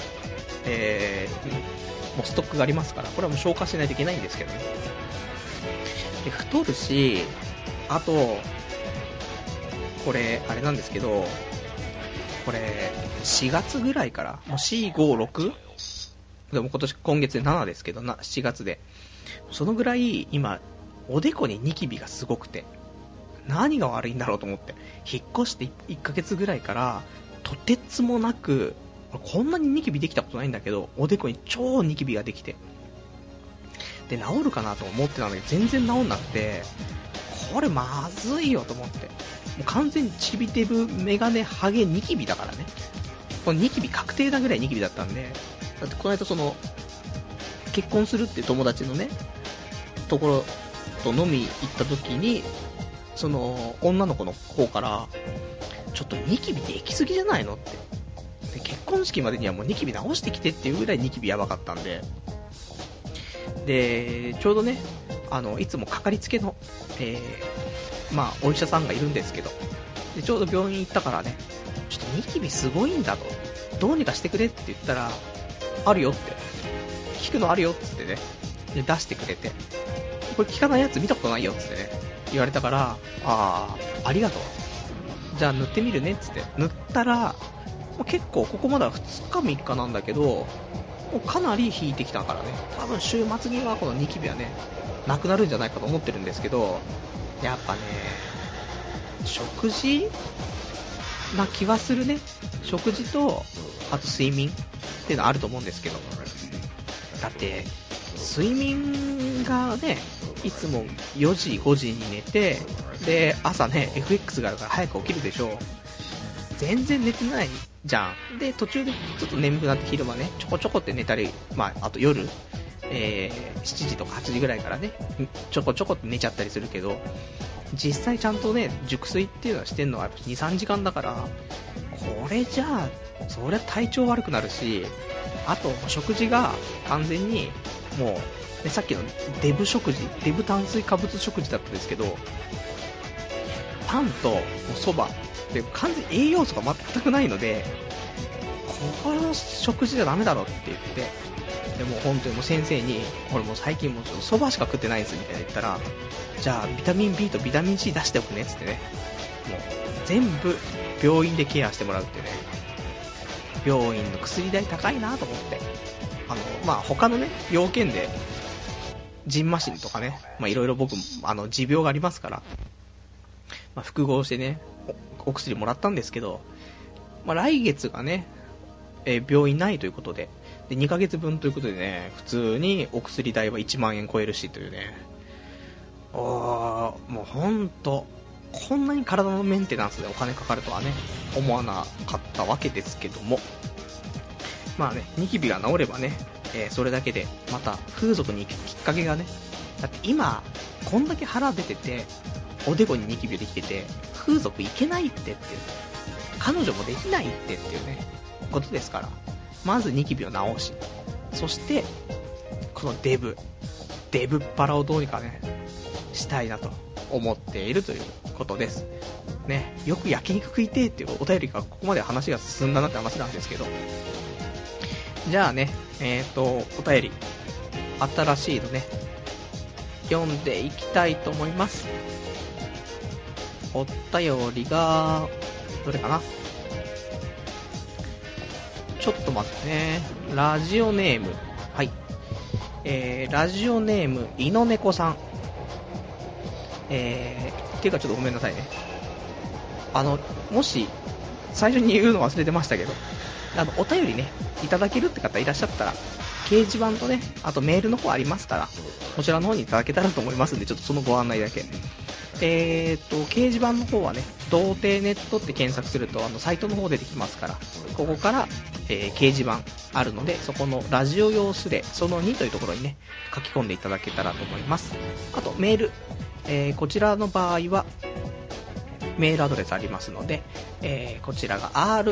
もうストックがありますから、これはもう消化しないといけないんですけどね。で太るし、あとこれあれなんですけど、これ4月ぐらいからもう4、5、6でも今月で7ですけど7月でそのぐらい今おでこにニキビがすごくて、何が悪いんだろうと思って、引っ越して1ヶ月ぐらいからとてつもなく、こんなにニキビできたことないんだけど、おでこに超ニキビができて、で治るかなと思ってたんだけど全然治んなくて、これまずいよと思って、もう完全にチビデブメガネハゲニキビだからね。このニキビ確定なぐらいニキビだったんで、だってこの間結婚するって友達のねところと飲み行った時に、女の子の方から、ちょっとニキビできすぎじゃないのって、で結婚式までにはもうニキビ直してきてっていうぐらいニキビやばかったんで、でちょうどねいつもかかりつけの、まあお医者さんがいるんですけど、でちょうど病院行ったからね、ちょっとニキビすごいんだと、どうにかしてくれって言ったら、あるよって、効くのあるよって言ってね、で出してくれて、これ効かないやつ見たことないよって言ってね言われたから、ありがとう、じゃあ塗ってみるねって言って塗ったら、結構ここまでは2日3日なんだけど、もうかなり引いてきたからね、多分週末にはこのニキビはねなくなるんじゃないかと思ってるんですけど、やっぱね食事な気はするね。食事とあと睡眠っていうのはあると思うんですけど、だって睡眠がね、いつも4時5時に寝て、で朝ね FX があるから早く起きるでしょう。全然寝てないじゃん。で途中でちょっと眠くなって昼間ねちょこちょこって寝たり、まああと夜、7時とか8時ぐらいからねちょこちょこって寝ちゃったりするけど、実際ちゃんとね熟睡っていうのはしてんのは 2,3 時間だから、これじゃあそりゃ体調悪くなるし、あと食事が完全にもう、ね、さっきのデブ食事、デブ炭水化物食事だったんですけど、パンとそばで完全に栄養素が全くないので、この食事じゃダメだろって言って、でも本当にもう先生に、俺もう最近もうそばしか食ってないんですみたいな言ったら、じゃあビタミン B とビタミン C 出しておくねっつってね、もう全部病院でケアしてもらうっていうね。病院の薬代高いなと思って、まあ他のね要件でジンマシンとかね、まあいろいろ僕持病がありますから、まあ、複合してね お薬もらったんですけど、まあ、来月がね、病院ないということで、2ヶ月分ということでね、普通にお薬代は1万円超えるしというね、もうほんとこんなに体のメンテナンスでお金かかるとはね思わなかったわけですけども、まあねニキビが治ればね、それだけでまた風俗に行くきっかけがね、だって今こんだけ腹出てておでこにニキビできてて風俗行けないっていう、彼女もできないってっていうねことですから、まずニキビを治し、そしてこのデブっ腹をどうにかねしたいなと思っているということですね。よく焼肉食いてーっていうお便りがここまで話が進んだなって話なんですけど、じゃあねお便り新しいのね読んでいきたいと思います。お便りがどれかな、ちょっと待ってね。ラジオネーム、はい、ラジオネームいのねこさん、っていうかちょっとごめんなさいね、もし最初に言うの忘れてましたけど、お便りね、いただけるって方いらっしゃったら、掲示板とね、あとメールの方ありますから、こちらの方にいただけたらと思いますんで、ちょっとそのご案内だけ。掲示板の方はね、童貞ネットって検索するとサイトの方出てきますから、ここから、掲示板あるので、そこのラジオ用スレその2というところにね、書き込んでいただけたらと思います。あとメール、こちらの場合はメールアドレスありますので、こちらが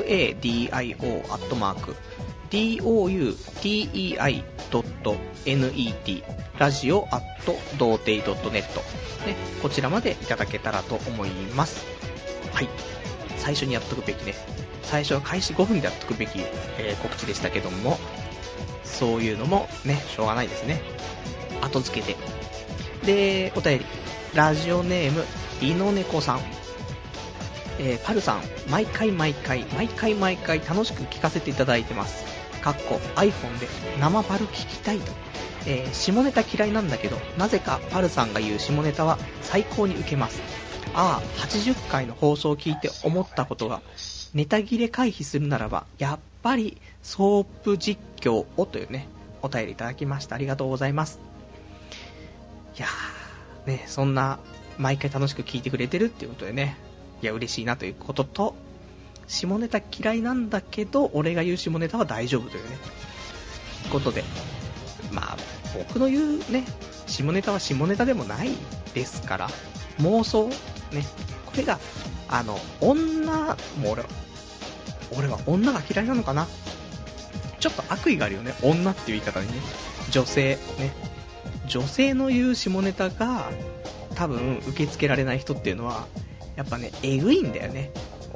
radio.doutei.net ラジオ@doutei.net、ね、こちらまでいただけたらと思います。はい、最初にやっとくべきね、最初は開始5分でやっとくべき、告知でしたけども、そういうのもね、しょうがないですね。後付けで。で、お便り、ラジオネームいのねこさん。パルさん、毎回楽しく聞かせていただいてます。iPhone で生パル聞きたいと。下ネタ嫌いなんだけど、なぜかパルさんが言う下ネタは最高にウケます。80回の放送を聞いて思ったことが、ネタ切れ回避するならばやっぱりソープ実況をというね、お便りいただきました。ありがとうございます。いやーね、そんな毎回楽しく聞いてくれてるっていうことでね、いや嬉しいなということと、下ネタ嫌いなんだけど俺が言う下ネタは大丈夫というねことで、まあ僕の言うね下ネタは下ネタでもないですから、妄想ね、これが女も俺は女が嫌いなのかな、ちょっと悪意があるよね、女っていう言い方にね。女性ね、女性の言う下ネタが多分受け付けられない人っていうのはやっぱね、えぐいんだよね。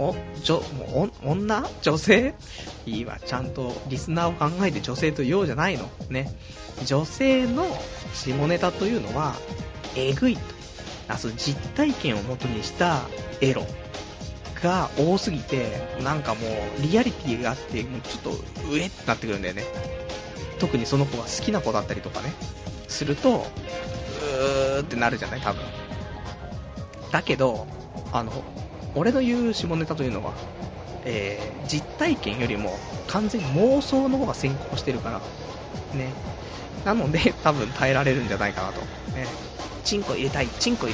女女性いいわ、ちゃんとリスナーを考えて女性と言おうじゃないのね。女性の下ネタというのはえぐいと、その実体験を元にしたエロが多すぎて、なんかもうリアリティがあって、もうちょっと上ってなってくるんだよね。特にその子が好きな子だったりとかねすると、うーってなるじゃない、多分。だけど俺の言う下ネタというのは、実体験よりも完全に妄想の方が先行してるからね。なので多分耐えられるんじゃないかなと、ね、チンコ入れたいっていうね、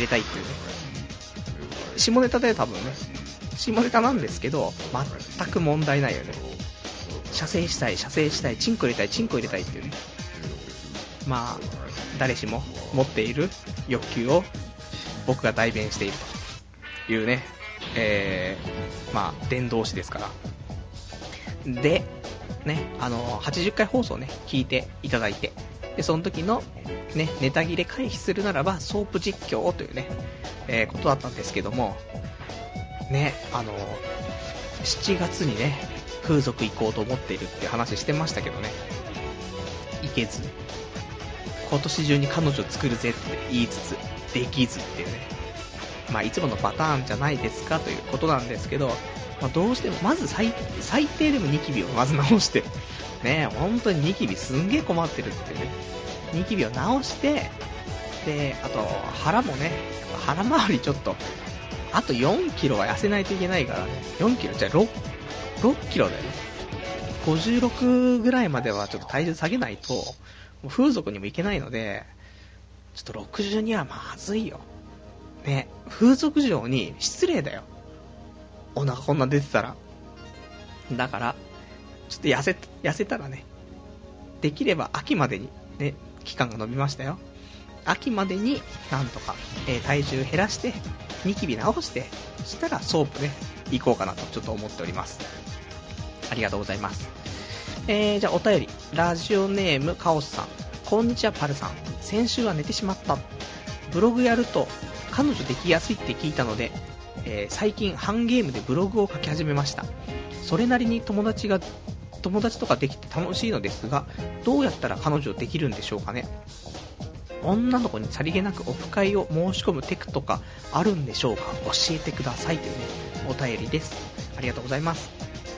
下ネタで多分ね、下ネタなんですけど全く問題ないよね。射精したい、チンコ入れたいっていうね、まあ誰しも持っている欲求を僕が代弁しているというね、まあ伝道師ですから。でね、80回放送ね聞いていただいて、でその時のねネタ切れ回避するならばソープ実況というね、ことだったんですけどもね、7月にね風俗行こうと思っているっていう話してましたけどね、行けず、今年中に彼女作るぜって言いつつできずっていうね、まあいつものパターンじゃないですかということなんですけど、まあ、どうしてもまず最低でもニキビをまず直してね、本当にニキビすんげえ困ってるっていうね、ニキビを直して、であと腹もね、腹周りちょっとあと4キロは痩せないといけないからね、4キロじゃあ6キロだよね、56ぐらいまではちょっと体重下げないともう風俗にも行けないので、ちょっと60にはまずいよね、風俗嬢に失礼だよ、お腹こんな出てたら。だからちょっと痩せたらね、できれば秋までにね、期間が延びましたよ、秋までになんとか、体重減らしてニキビ直して、そしたらソープね行こうかなとちょっと思っております。ありがとうございます。じゃあお便り、ラジオネームカオスさん。こんにちはパルさん、先週は寝てしまった。ブログやると彼女できやすいって聞いたので、最近半ゲームでブログを書き始めました。それなりに友達とかできて楽しいのですが、どうやったら彼女できるんでしょうかね。女の子にさりげなくオフ会を申し込むテクとかあるんでしょうか、教えてくださいというねお便りです。ありがとうございます。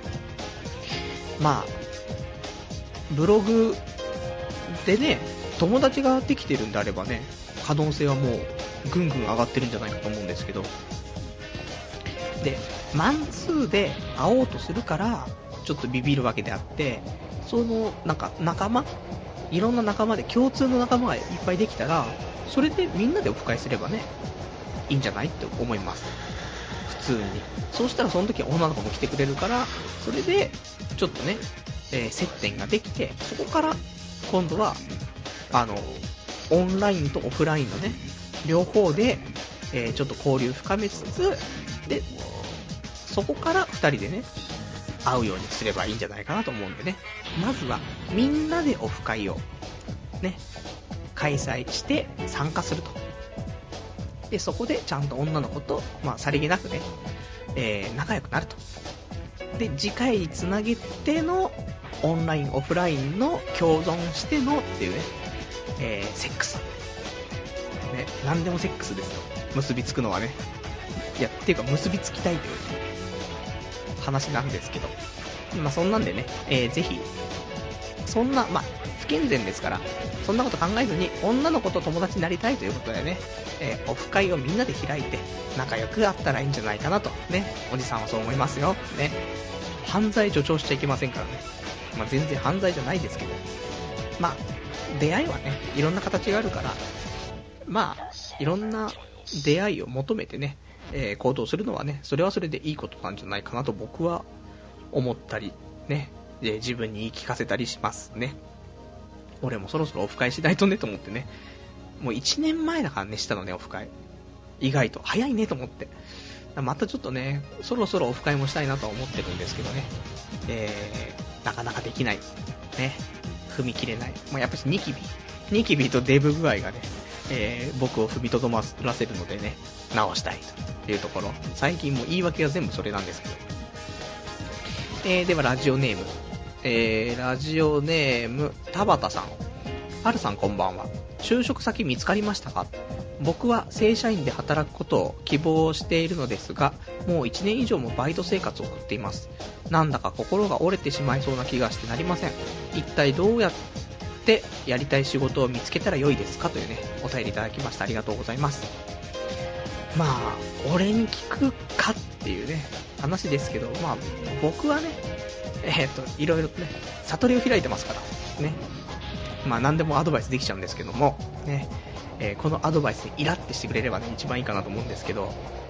まあブログでね友達ができてるんであればね、可能性はもうぐんぐん上がってるんじゃないかと思うんですけど、でマンツーで会おうとするからちょっとビビるわけであって、そのなんか仲間、いろんな仲間で共通の仲間がいっぱいできたら、それでみんなでオフ会すればね、いいんじゃないって思います。普通に。そうしたらその時は女の子も来てくれるから、それでちょっとね、接点ができて、そこから今度はオンラインとオフラインのね、両方で、ちょっと交流深めつつ、でそこから2人でね会うようにすればいいんじゃないかなと思うんでね、まずはみんなでオフ会をね開催して参加すると。でそこでちゃんと女の子と、さりげなくね、仲良くなると。で次回につなげてのオンラインオフラインの共存してのっていうね、セックスね、何でもセックスですよ、結びつくのはね。いやっていうか結びつきたいという話なんですけど、そんなんでね、ぜひそんな不健全ですから、そんなこと考えずに女の子と友達になりたいということでね、オフ会をみんなで開いて仲良くあったらいいんじゃないかなとね、おじさんはそう思いますよね。犯罪助長しちゃいけませんからね。全然犯罪じゃないですけど、出会いはねいろんな形があるから、いろんな出会いを求めてね、行動するのはね、それはそれでいいことなんじゃないかなと僕は思ったりね、自分に言い聞かせたりしますね。俺もそろそろオフ会しないとねと思ってね、もう1年前だからねしたのね、オフ会意外と早いねと思って、またちょっとねそろそろオフ会もしたいなとは思ってるんですけどね、なかなかできないね、踏み切れない。やっぱりニキビとデブ具合がね、僕を踏みとどまらせるのでね、直したいというところ。最近も言い訳が全部それなんですけど、ではラジオネーム田畑さん。はるさんこんばんは。就職先見つかりましたか？僕は正社員で働くことを希望しているのですが、もう1年以上もバイト生活を送っています。なんだか心が折れてしまいそうな気がしてなりません。一体どうやってやりたい仕事を見つけたら良いですかというね、お便りいただきました。ありがとうございます。俺に聞くかっていうね話ですけど、僕はねいろいろね悟りを開いてますからね、何でもアドバイスできちゃうんですけどもね、このアドバイスにイラってしてくれればね一番いいかなと思うんですけど、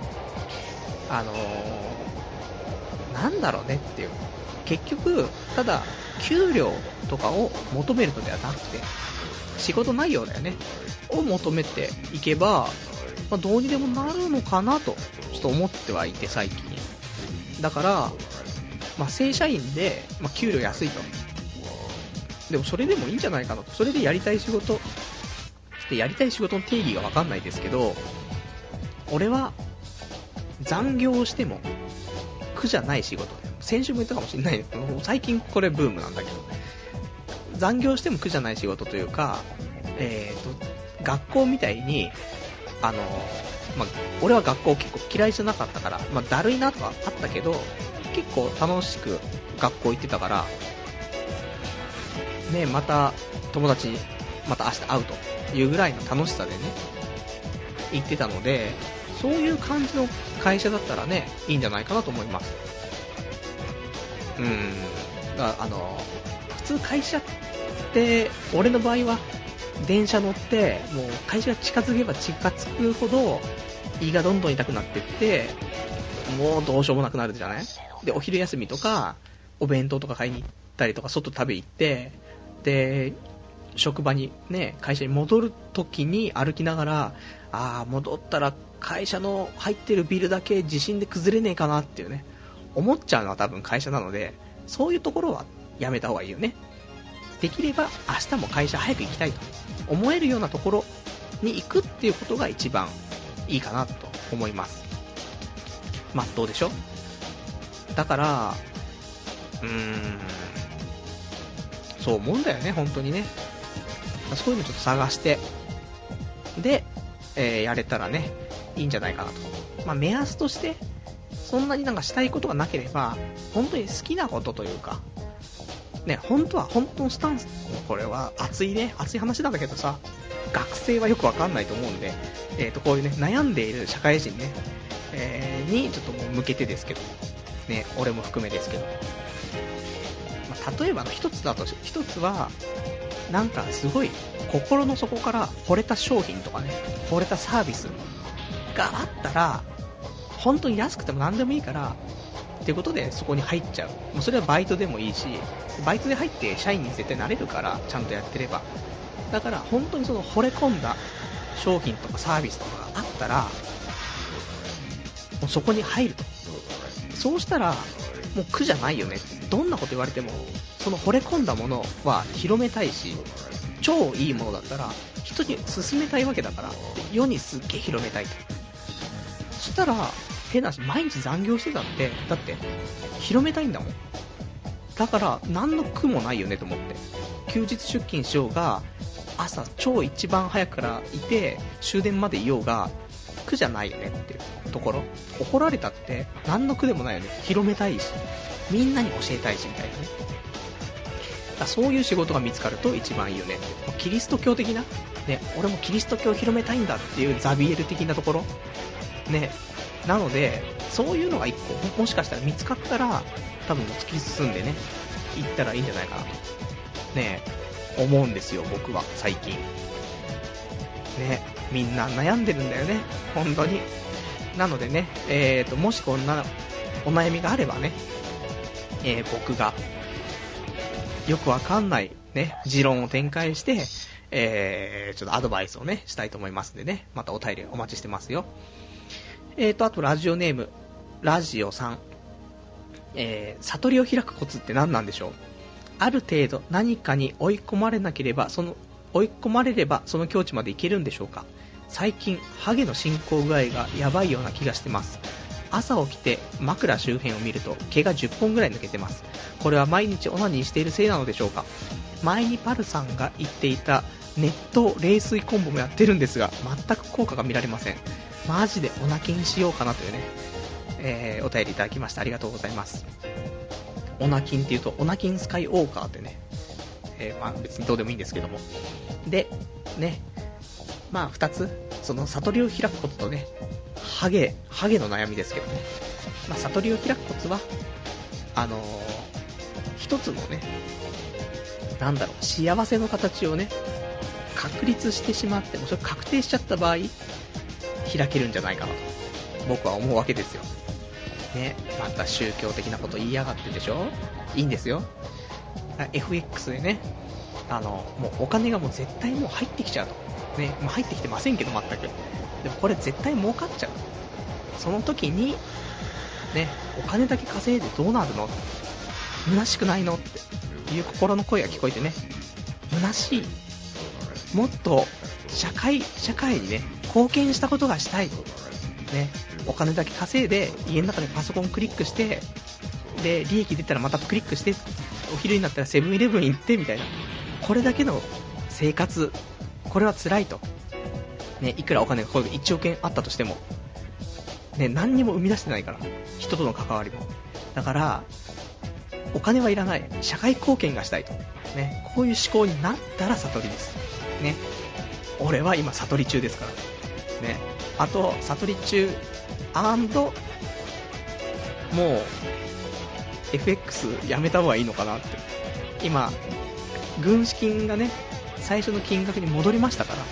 なんだろうねっていう、結局ただ給料とかを求めるのではなくて、仕事内容だよねを求めていけば、どうにでもなるのかなとちょっと思ってはいて、最近だから、正社員で、給料安いと、でもそれでもいいんじゃないかなと。それでやりたい仕事で、やりたい仕事の定義が分かんないですけど、俺は残業をしても苦じゃない仕事、先週も言ったかもしれないけど、最近これブームなんだけど、残業しても苦じゃない仕事というか、学校みたいに俺は学校結構嫌いじゃなかったから、だるいなとかあったけど結構楽しく学校行ってたからね、また友達にまた明日会うというぐらいの楽しさでね行ってたので、そういう感じの会社だったらねいいんじゃないかなと思います。普通会社って俺の場合は電車乗ってもう会社が近づけば近づくほど胃がどんどん痛くなってって、もうどうしようもなくなるじゃない。でお昼休みとかお弁当とか買いに行ったりとか外食べ行って、で職場にね会社に戻るときに歩きながら、戻ったら会社の入ってるビルだけ地震で崩れねえかなっていうね思っちゃうのは多分会社なので、そういうところはやめた方がいいよね。できれば明日も会社早く行きたいと思えるようなところに行くっていうことが一番いいかなと思います。どうでしょ。だからそう思うんだよね本当にね。そういうのちょっと探してで、やれたらねいいんじゃないかなと。目安としてそんなになんかしたいことがなければ、本当に好きなことというかね、本当のスタンス、これは熱い話なんだけどさ、学生はよくわかんないと思うんで、こういうね悩んでいる社会人ね、 にちょっともう向けてですけどね、俺も含めですけど、例えばの一つはなんかすごい心の底から惚れた商品とかね、惚れたサービスがあったら本当に安くても何でもいいからっていうことでそこに入っちゃう。もうそれはバイトでもいいし、バイトで入って社員に絶対なれるから、ちゃんとやってれば。だから本当にその惚れ込んだ商品とかサービスとかがあったらもうそこに入ると。そうしたらもう苦じゃないよね。どんなこと言われてもその惚れ込んだものは広めたいし、超いいものだったら人に勧めたいわけだから、世にすっげえ広めたいと。そしたら変な話、毎日残業してたって、だって広めたいんだもん。だから何の苦もないよねと思って、休日出勤しようが朝超一番早くからいて終電までいようが苦じゃないよねっていうところ。怒られたって何の苦でもないよね。広めたいしみんなに教えたいしみたいなね。だそういう仕事が見つかると一番いいよねって。キリスト教的なね、俺もキリスト教を広めたいんだっていうザビエル的なところね。なのでそういうのが一個もしかしたら見つかったら多分突き進んでね行ったらいいんじゃないかなとね思うんですよ、僕は最近ね。みんな悩んでるんだよね本当に。なのでね、もしこんなお悩みがあればね、僕がよくわかんないね持論を展開して、ちょっとアドバイスをねしたいと思いますんでね、またお便りお待ちしてますよ。あとラジオネームラジオさん、悟りを開くコツって何なんでしょう。ある程度何かに追い込まれればその境地までいけるんでしょうか。最近ハゲの進行具合がやばいような気がしてます。朝起きて枕周辺を見ると毛が10本ぐらい抜けてます。これは毎日オナニーしているせいなのでしょうか。前にパルさんが言っていた熱湯冷水コンボもやってるんですが全く効果が見られません。マジでオナキンしようかなというね、お便りいただきました。ありがとうございます。オナキンっていうとオナキンスカイウォーカーってね、別にどうでもいいんですけども、でね、2つその悟りを開くこととね、ハゲの悩みですけどね、悟りを開くコツは一つのね、幸せの形をね確立してしまっても、それ確定しちゃった場合開けるんじゃないかなと僕は思うわけですよね。また宗教的なこと言いやがってでしょ。いいんですよ。FX でね、もうお金がもう絶対もう入ってきちゃうとね、入ってきてませんけど全く。でもこれ絶対儲かっちゃう。その時にね、お金だけ稼いでどうなるの、虚しくないのっていう心の声が聞こえてね、虚しい、もっと社会にね貢献したことがしたいね。お金だけ稼いで家の中でパソコンクリックして、で利益出たらまたクリックして、お昼になったらセブンイレブン行ってみたいな、これだけの生活、これは辛いとね。いくらお金が1億円あったとしてもね、何にも生み出してないから、人との関わりも。だからお金はいらない、社会貢献がしたいとね、こういう思考になったら悟りですね。俺は今悟り中ですからね。あと悟り中もう FX やめた方がいいのかなって。今軍資金がね最初の金額に戻りましたから、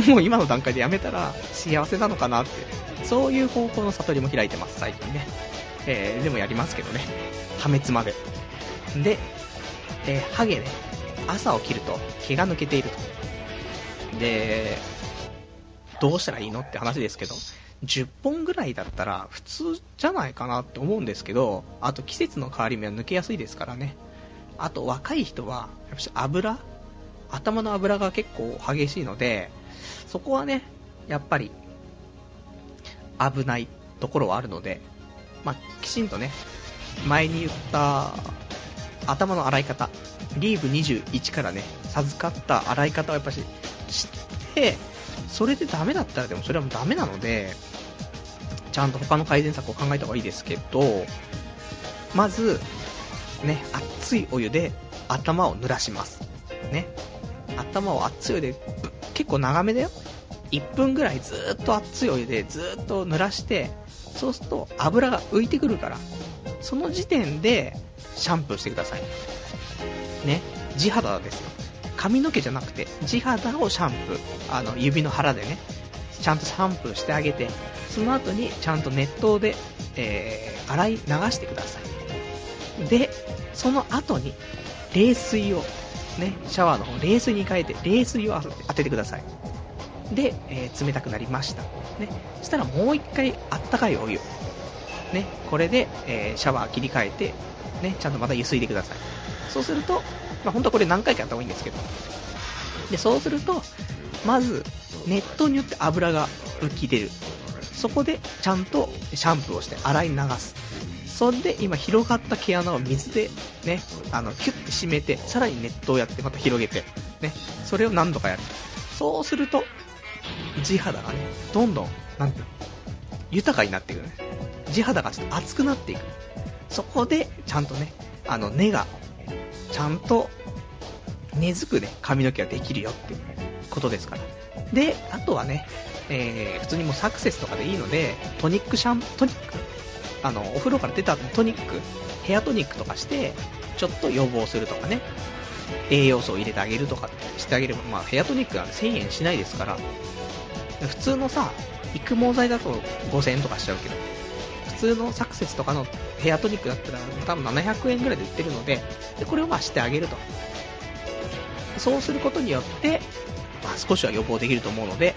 もう今の段階でやめたら幸せなのかなって、そういう方向の悟りも開いてます最近ね。でもやりますけどね、破滅までで、ハゲね、朝起きると毛が抜けていると。でどうしたらいいのって話ですけど、10本ぐらいだったら普通じゃないかなって思うんですけど、あと季節の変わり目は抜けやすいですからね。あと若い人はやっぱ頭の油が結構激しいので、そこはねやっぱり危ないところはあるので、きちんとね前に言った頭の洗い方、リーブ21からね授かった洗い方をやっぱし知って、それでダメだったらでもそれはもうダメなので、ちゃんと他の改善策を考えた方がいいですけど、まずね熱いお湯で頭を濡らしますね。頭を熱いお湯で結構長めだよ、 1分ぐらいずーっと熱いお湯でずーっと濡らして、そうすると油が浮いてくるから、その時点でシャンプーしてくださいね。地肌ですよ。髪の毛じゃなくて地肌をシャンプー、指の腹でねちゃんとシャンプーしてあげて、その後にちゃんと熱湯で、洗い流してください。でその後に冷水をね、シャワーの方冷水に変えて冷水を当ててください。で、冷たくなりましたね。そしたらもう一回あったかいお湯ね、これで、シャワー切り替えてね、ちゃんとまたゆすいでください。そうすると、本当はこれ何回かやった方がいいんですけど、でそうするとまず熱湯によって油が浮き出る。そこでちゃんとシャンプーをして洗い流す。それで今広がった毛穴を水でね、キュッて締めて、さらに熱湯をやってまた広げてね、それを何度かやる。そうすると地肌がね、どんどんなんていうの、豊かになっていくね。地肌がちょっと熱くなっていく。そこでちゃんとね、根がちゃんと根付くね髪の毛ができるよっていうことですから。であとはね、普通にもうサクセスとかでいいので、トニック、お風呂から出た後にトニック、ヘアトニックとかしてちょっと予防するとかね、栄養素を入れてあげるとかしてあげれば、ヘアトニックは1000円しないですから。普通のさ育毛剤だと5000円とかしちゃうけど、普通のサクセスとかのヘアトニックだったら多分700円ぐらいで売ってるので、これをしてあげると。そうすることによって、少しは予防できると思うので、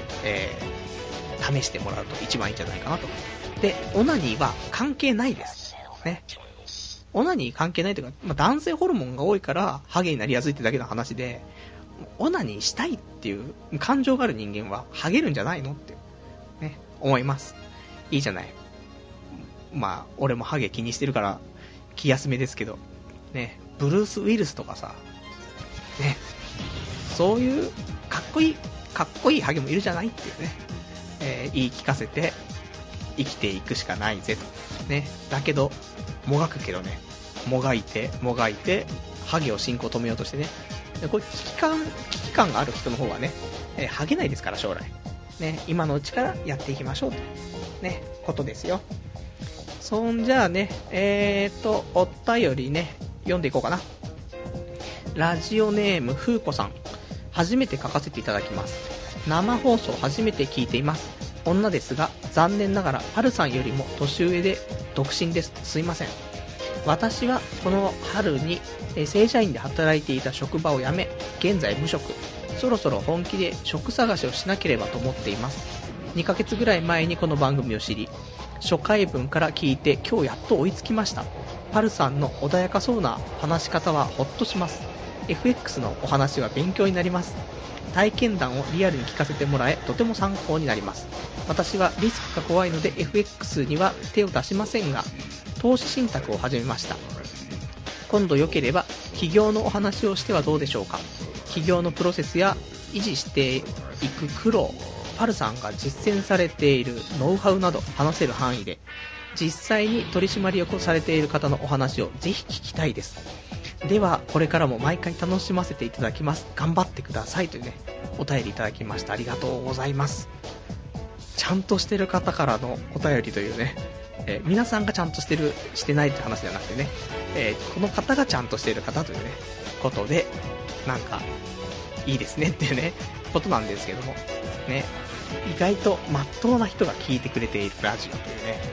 試してもらうと一番いいんじゃないかなと。でオナニーは関係ないですね。オナニー関係ないというか、男性ホルモンが多いからハゲになりやすいってだけの話で、オナニーしたいっていう感情がある人間はハゲるんじゃないのってね、思います。いいじゃない。俺もハゲ気にしてるから気休めですけどね、ブルース・ウィルスとかさね、そういうかっこいいハゲもいるじゃないっていうね、言い聞かせて生きていくしかないぜとね。だけどもがくけどね、もがいてハゲを進行止めようとしてね、これ危機感がある人の方はね、ハゲないですから将来ね、今のうちからやっていきましょうとねことですよ。そんじゃあね、お便りね読んでいこうかな。ラジオネームふうこさん、初めて書かせていただきます。生放送初めて聞いています。女ですが残念ながらパルさんよりも年上で独身です。すいません。私はこの春に正社員で働いていた職場を辞め、現在無職。そろそろ本気で職探しをしなければと思っています。2ヶ月ぐらい前にこの番組を知り、初回分から聞いて今日やっと追いつきました。パルさんの穏やかそうな話し方はほっとします。 FX のお話は勉強になります。体験談をリアルに聞かせてもらえ、とても参考になります。私はリスクが怖いので FX には手を出しませんが、投資信託を始めました。今度良ければ起業のお話をしてはどうでしょうか。起業のプロセスや維持していく苦労、パルさんが実践されているノウハウなど話せる範囲で、実際に取締役をされている方のお話をぜひ聞きたいです。ではこれからも毎回楽しませていただきます。頑張ってくださいというね、お便りいただきました。ありがとうございます。ちゃんとしてる方からのお便りというね、皆さんがちゃんとしてるしてないって話じゃなくてね、この方がちゃんとしている方というねことで、なんかいいですねっていうねことなんですけどもね、意外とまっとうな人が聞いてくれているラジオというね。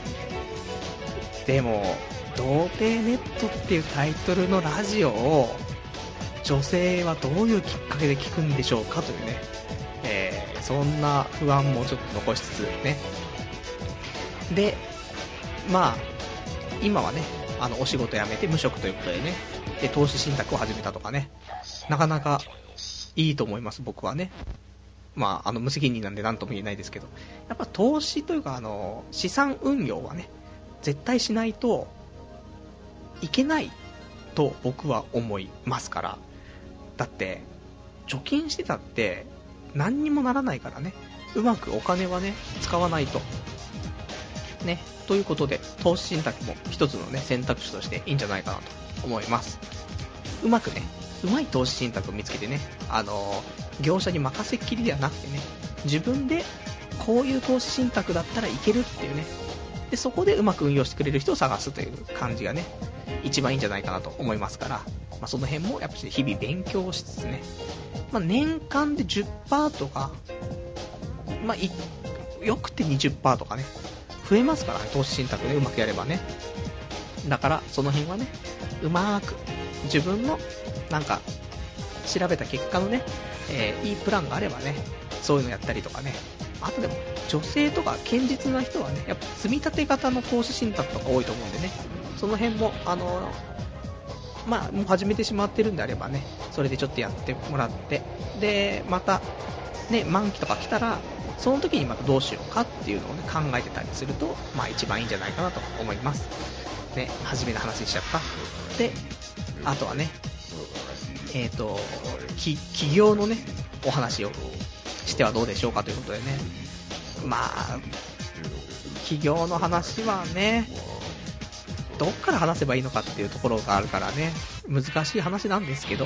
でも童貞ネットっていうタイトルのラジオを女性はどういうきっかけで聞くんでしょうかというね、そんな不安もちょっと残しつつね。で今はねお仕事辞めて無職ということでね、で投資信託を始めたとかね、なかなかいいと思います。僕はね、無責任なんで何とも言えないですけど、やっぱ投資というか資産運用はね絶対しないといけないと僕は思いますから。だって貯金してたって何にもならないからね、うまくお金はね使わないとね。ということで投資信託も一つのね選択肢としていいんじゃないかなと思います。うまい投資信託を見つけてね、業者に任せっきりではなくてね、 自分でこういう投資信託だったらいけるっていうね、でそこでうまく運用してくれる人を探すという感じがね一番いいんじゃないかなと思いますから、その辺もやっぱり日々勉強しつつね、年間で 10% とか、よくて 20% とかね増えますからね、投資信託でうまくやればね。だからその辺はねうまーく自分のなんか調べた結果のね、いいプランがあればねそういうのやったりとかね。あとでも女性とか堅実な人はねやっぱ積み立て型の投資信託とか多いと思うんでね、その辺ももう始めてしまってるんであればね、それでちょっとやってもらって、でまたね満期とか来たらその時にまたどうしようかっていうのをね考えてたりすると一番いいんじゃないかなと思いますね。初めの話しちゃった。であとはね企業のねお話をしてはどうでしょうかということでね、企業の話はねどっから話せばいいのかっていうところがあるからね難しい話なんですけど、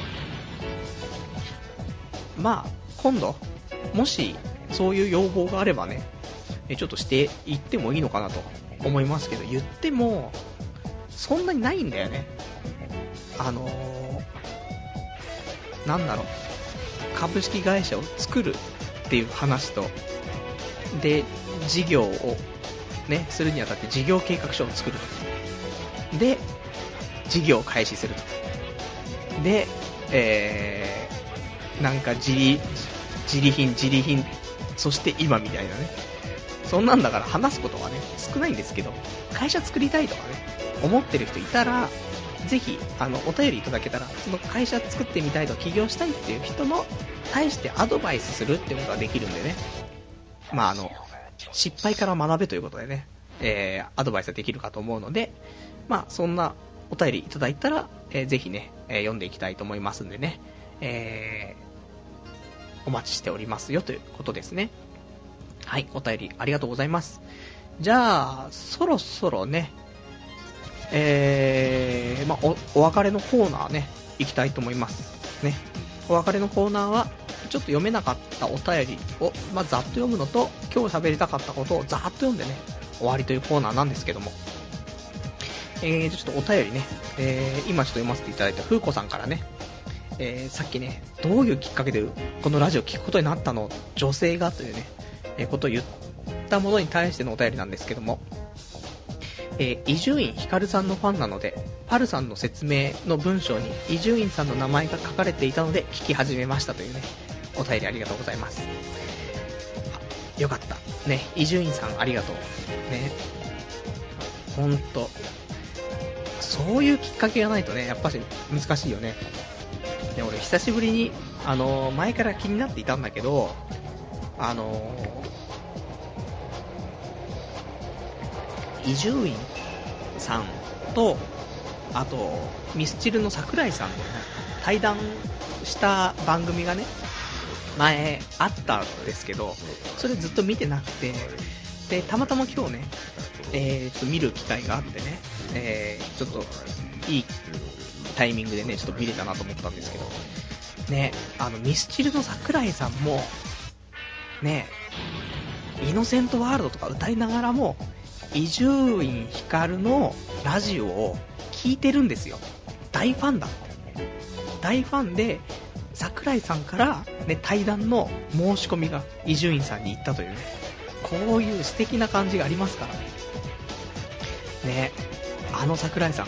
今度もしそういう要望があればねちょっとしていってもいいのかなと思いますけど、言ってもそんなにないんだよね。なんだろう、株式会社を作るっていう話と、で事業をねするにあたって事業計画書を作ると、で事業を開始すると、でなんか自利品そして今みたいなね、そんなんだから話すことはね少ないんですけど、会社作りたいとかね思ってる人いたらぜひお便りいただけたら、その会社作ってみたいと起業したいっていう人の対してアドバイスするってことができるんでね、失敗から学べということでね、アドバイスができるかと思うので、そんなお便りいただいたら、ぜひね、読んでいきたいと思いますんでね、お待ちしておりますよということですね。はい、お便りありがとうございます。じゃあそろそろね、お別れのコーナーね行きたいと思いますね。お別れのコーナーはちょっと読めなかったお便りを、ざっと読むのと、今日喋りたかったことをざっと読んでね終わりというコーナーなんですけども、ちょっとお便りね、今ちょっと読ませていただいた風子さんからね、さっきねどういうきっかけでこのラジオを聞くことになったの、女性がというね、ことを言ったものに対してのお便りなんですけども、伊集院光さんのファンなのでパルさんの説明の文章に伊集院さんの名前が書かれていたので聞き始めましたというねお便りありがとうございます。よかったね、伊集院さんありがとうね。ほんとそういうきっかけがないとねやっぱし難しいよね。で俺久しぶりに前から気になっていたんだけど、伊集院さんとあとミスチルの桜井さんの、ね、対談した番組がね前あったんですけど、それずっと見てなくて、でたまたま今日ね、ちょっと見る機会があってね、ちょっといいタイミングでねちょっと見れたなと思ったんですけどね、ミスチルの桜井さんもねイノセントワールドとか歌いながらも伊集院光のラジオを聞いてるんですよ。大ファンだって大ファンで桜井さんから、ね、対談の申し込みが伊集院さんに行ったというね、こういう素敵な感じがありますからね。桜井さんが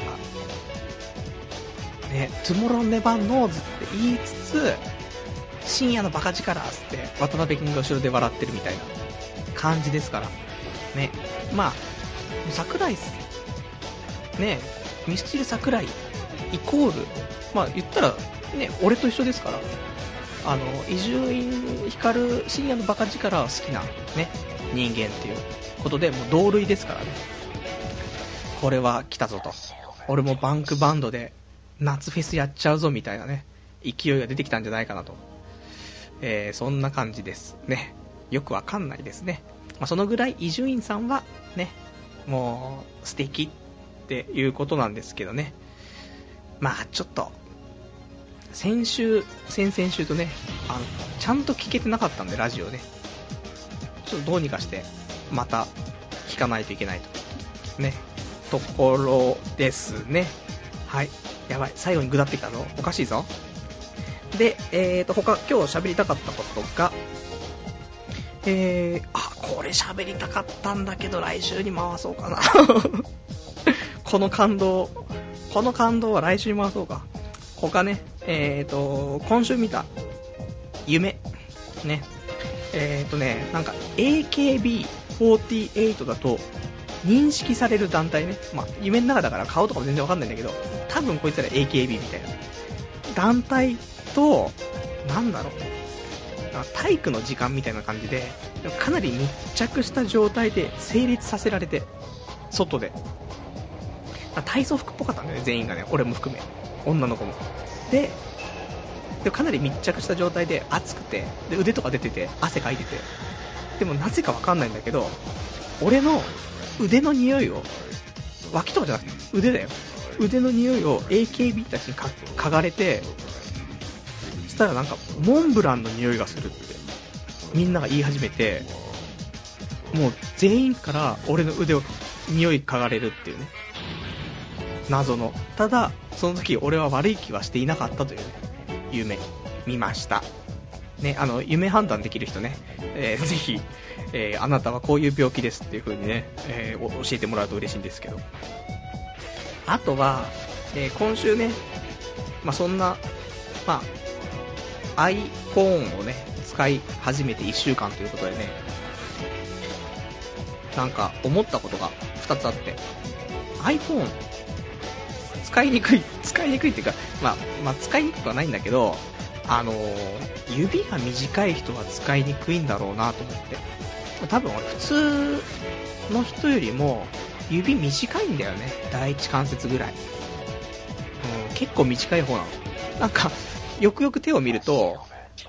ねトゥモローネバーノーズって言いつつ深夜のバカ力って渡辺君が後ろで笑ってるみたいな感じですからね。桜井ねミスチル桜井イコール言ったらね俺と一緒ですから、伊集院光深夜のバカ力好きなね人間っていうことでもう同類ですからね。これは来たぞと、俺もバンクバンドで夏フェスやっちゃうぞみたいなね勢いが出てきたんじゃないかなと、そんな感じですね。よくわかんないですね。そのぐらい伊集院さんはねもう素敵っていうことなんですけどね。ちょっと先々週とねちゃんと聞けてなかったんでラジオね、 ちょっとどうにかしてまた聞かないといけないとねところですね。はい、やばい、最後にぐだってきたぞ、おかしいぞ。で、他今日喋りたかったことが、これ喋りたかったんだけど来週に回そうかなこの感動は来週に回そうか。他ね、今週見た夢ね、なんか AKB48 だと認識される団体ね、まあ夢の中だから顔とかも全然わかんないんだけど、多分こいつら AKB みたいな団体と、なんだろう、体育の時間みたいな感じでかなり密着した状態で成立させられて、外で体操服っぽかったんだよね、全員がね、俺も含め女の子もでかなり密着した状態で暑くて、で腕とか出てて汗かいてて、でもなぜかわかんないんだけど、俺の腕の匂いを、脇とかじゃなくて腕だよ、腕の匂いを AKB たちに嗅がれて、そしたらなんかモンブランの匂いがするってみんなが言い始めて、もう全員から俺の腕を匂い嗅がれるっていうね、謎の。ただその時俺は悪い気はしていなかったというね、夢見ましたね。夢判断できる人ね、ぜひ、あなたはこういう病気ですっていう風にね、教えてもらうと嬉しいんですけど、あとは、今週ね、まあ、そんな、まあ、iPhone をね使い始めて1週間ということでね、なんか思ったことが2つあって、 iPhone 使いにくいっていうか、まあ使いにくくはないんだけど、指が短い人は使いにくいんだろうなと思って。多分俺普通の人よりも指短いんだよね、第一関節ぐらい、結構短い方なの。なんかよくよく手を見ると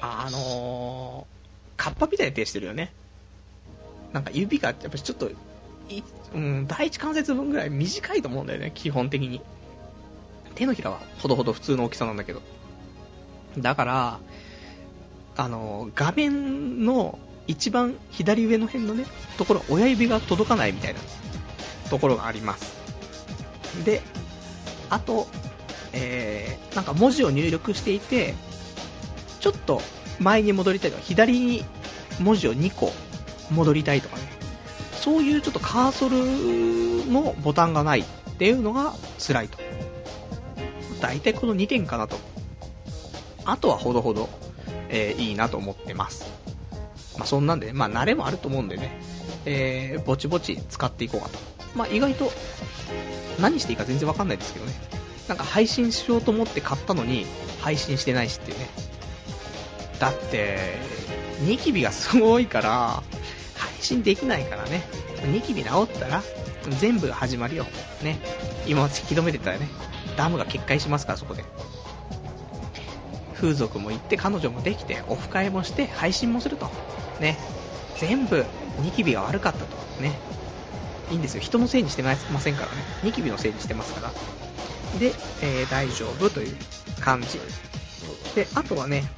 カッパみたいな手してるよね。なんか指がやっぱりちょっと第一関節分ぐらい短いと思うんだよね、基本的に。手のひらはほどほど普通の大きさなんだけど、だから画面の一番左上の辺のねところ、親指が届かないみたいなところがあります。で、あと、なんか文字を入力していてちょっと前に戻りたいとか、左に文字を2個戻りたいとかね、そういうちょっとカーソルのボタンがないっていうのが辛いと。大体この2点かなと。あとはほどほど、いいなと思ってます。まあそんなんで、まあ慣れもあると思うんでね、ぼちぼち使っていこうかと。まあ意外と何していいか全然わかんないですけどね。なんか配信しようと思って買ったのに配信してないしっていうね。だってニキビがすごいから配信できないからね。ニキビ治ったら全部始まるよね。今まで引き止めてたらね、ダムが決壊しますから、そこで風俗も行って彼女もできてオフ会もして配信もするとね、全部ニキビが悪かったとね、いいんですよ、人のせいにしてませんからね、ニキビのせいにしてますから。で、大丈夫という感じで、あとはね、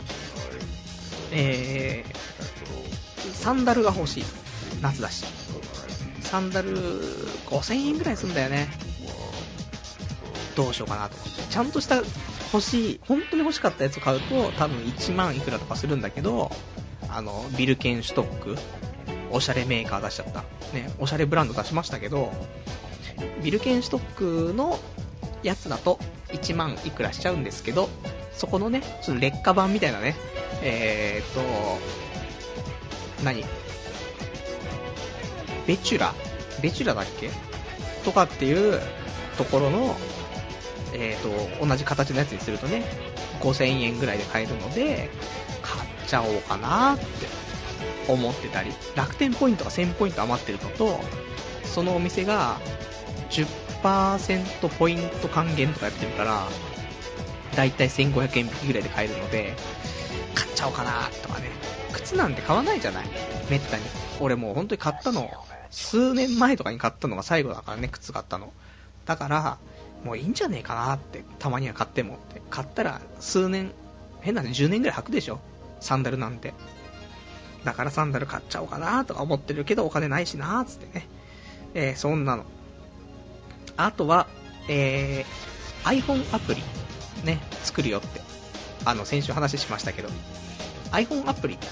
サンダルが欲しい、夏だし。サンダル5000円ぐらいするんだよね。どうしようかなと思って、ちゃんとした本当に欲しかったやつを買うと多分1万いくらとかするんだけど、ビルケンシュトック、おしゃれメーカー出しちゃったね、おしゃれブランド出しましたけど、ビルケンシュトックのやつだと1万いくらしちゃうんですけど、そこのねちょっと劣化版みたいなね、何ベチュラだっけとかっていうところの同じ形のやつにするとね5000円ぐらいで買えるので買っちゃおうかなって思ってたり、楽天ポイントが1000ポイント余ってるのと、そのお店が 10% ポイント還元とかやってるからだいたい1500円引きぐらいで買えるので買っちゃおうかなとかね。靴なんて買わないじゃない、めったに。俺もう本当に買ったの数年前とかに買ったのが最後だからね、靴買ったの。だからもういいんじゃねえかなって、たまには買ってもって。買ったら数年、変なね10年ぐらい履くでしょ、サンダルなんて。 だからサンダル買っちゃおうかなとか思ってるけどお金ないしなーつってね、そんなの。あとは、iPhone アプリね作るよって先週話しましたけど、 iPhone アプリって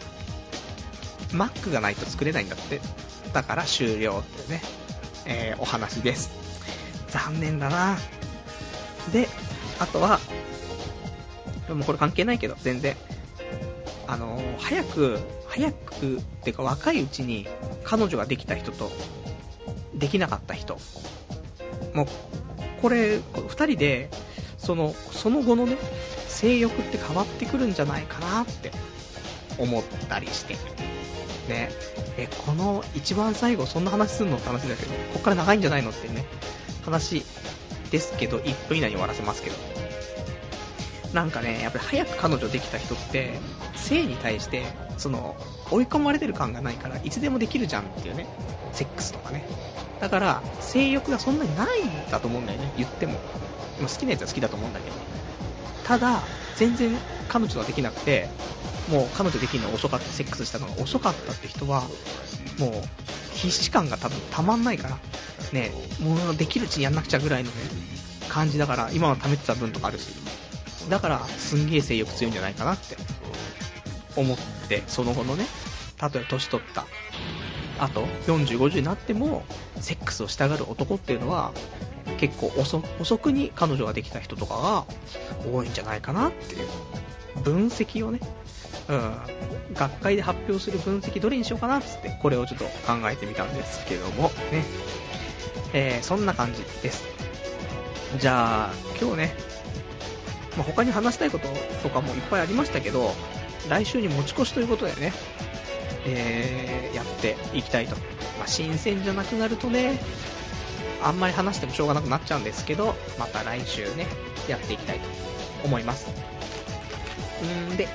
Mac がないと作れないんだって。だから終了ってね、お話です。残念だな。で、あとはでもこれ関係ないけど全然早くっていうか若いうちに彼女ができた人とできなかった人、もうこれ2人でその後のね性欲って変わってくるんじゃないかなって思ったりしてね。この一番最後そんな話すんのって話だけど、こっから長いんじゃないのってね話ですけど、1分以内に終わらせますけど、なんかねやっぱり早く彼女できた人って性に対して追い込まれてる感がないからいつでもできるじゃんっていうね、セックスとかね。だから性欲がそんなにないんだと思うんだよね、言っても。好きなやつは好きだと思うんだけど、ただ全然彼女ができなくて、もう彼女できるのが遅かった、セックスしたのが遅かったって人はもう必死感が多分たまんないからね、もうできるうちにやんなくちゃぐらいのね感じだから、今は貯めてた分とかあるし、だからすんげえ性欲強いんじゃないかなって思って、その後のね、例えば年取ったあと40、50になってもセックスをしたがる男っていうのは結構遅くに彼女ができた人とかが多いんじゃないかなっていう分析をね、学会で発表する分析どれにしようかなっつってこれをちょっと考えてみたんですけどもね、そんな感じです。じゃあ今日ね、他に話したいこととかもいっぱいありましたけど、来週に持ち越しということでね、やっていきたいと。新鮮じゃなくなるとね、あんまり話してもしょうがなくなっちゃうんですけど、また来週ね、やっていきたいと思います。で、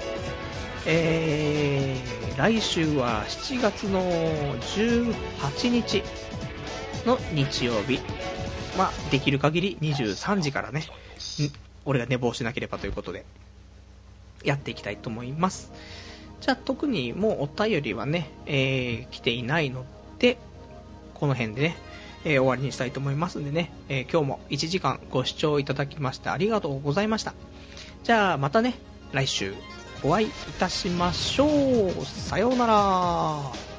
来週は7月の18日の日曜日、できる限り23時からね、俺が寝坊しなければということでやっていきたいと思います。じゃあ特にもうお便りはね、来ていないのでこの辺でね、終わりにしたいと思いますんでね、今日も1時間ご視聴いただきましてありがとうございました。じゃあまたね、来週お会いいたしましょう。さようなら。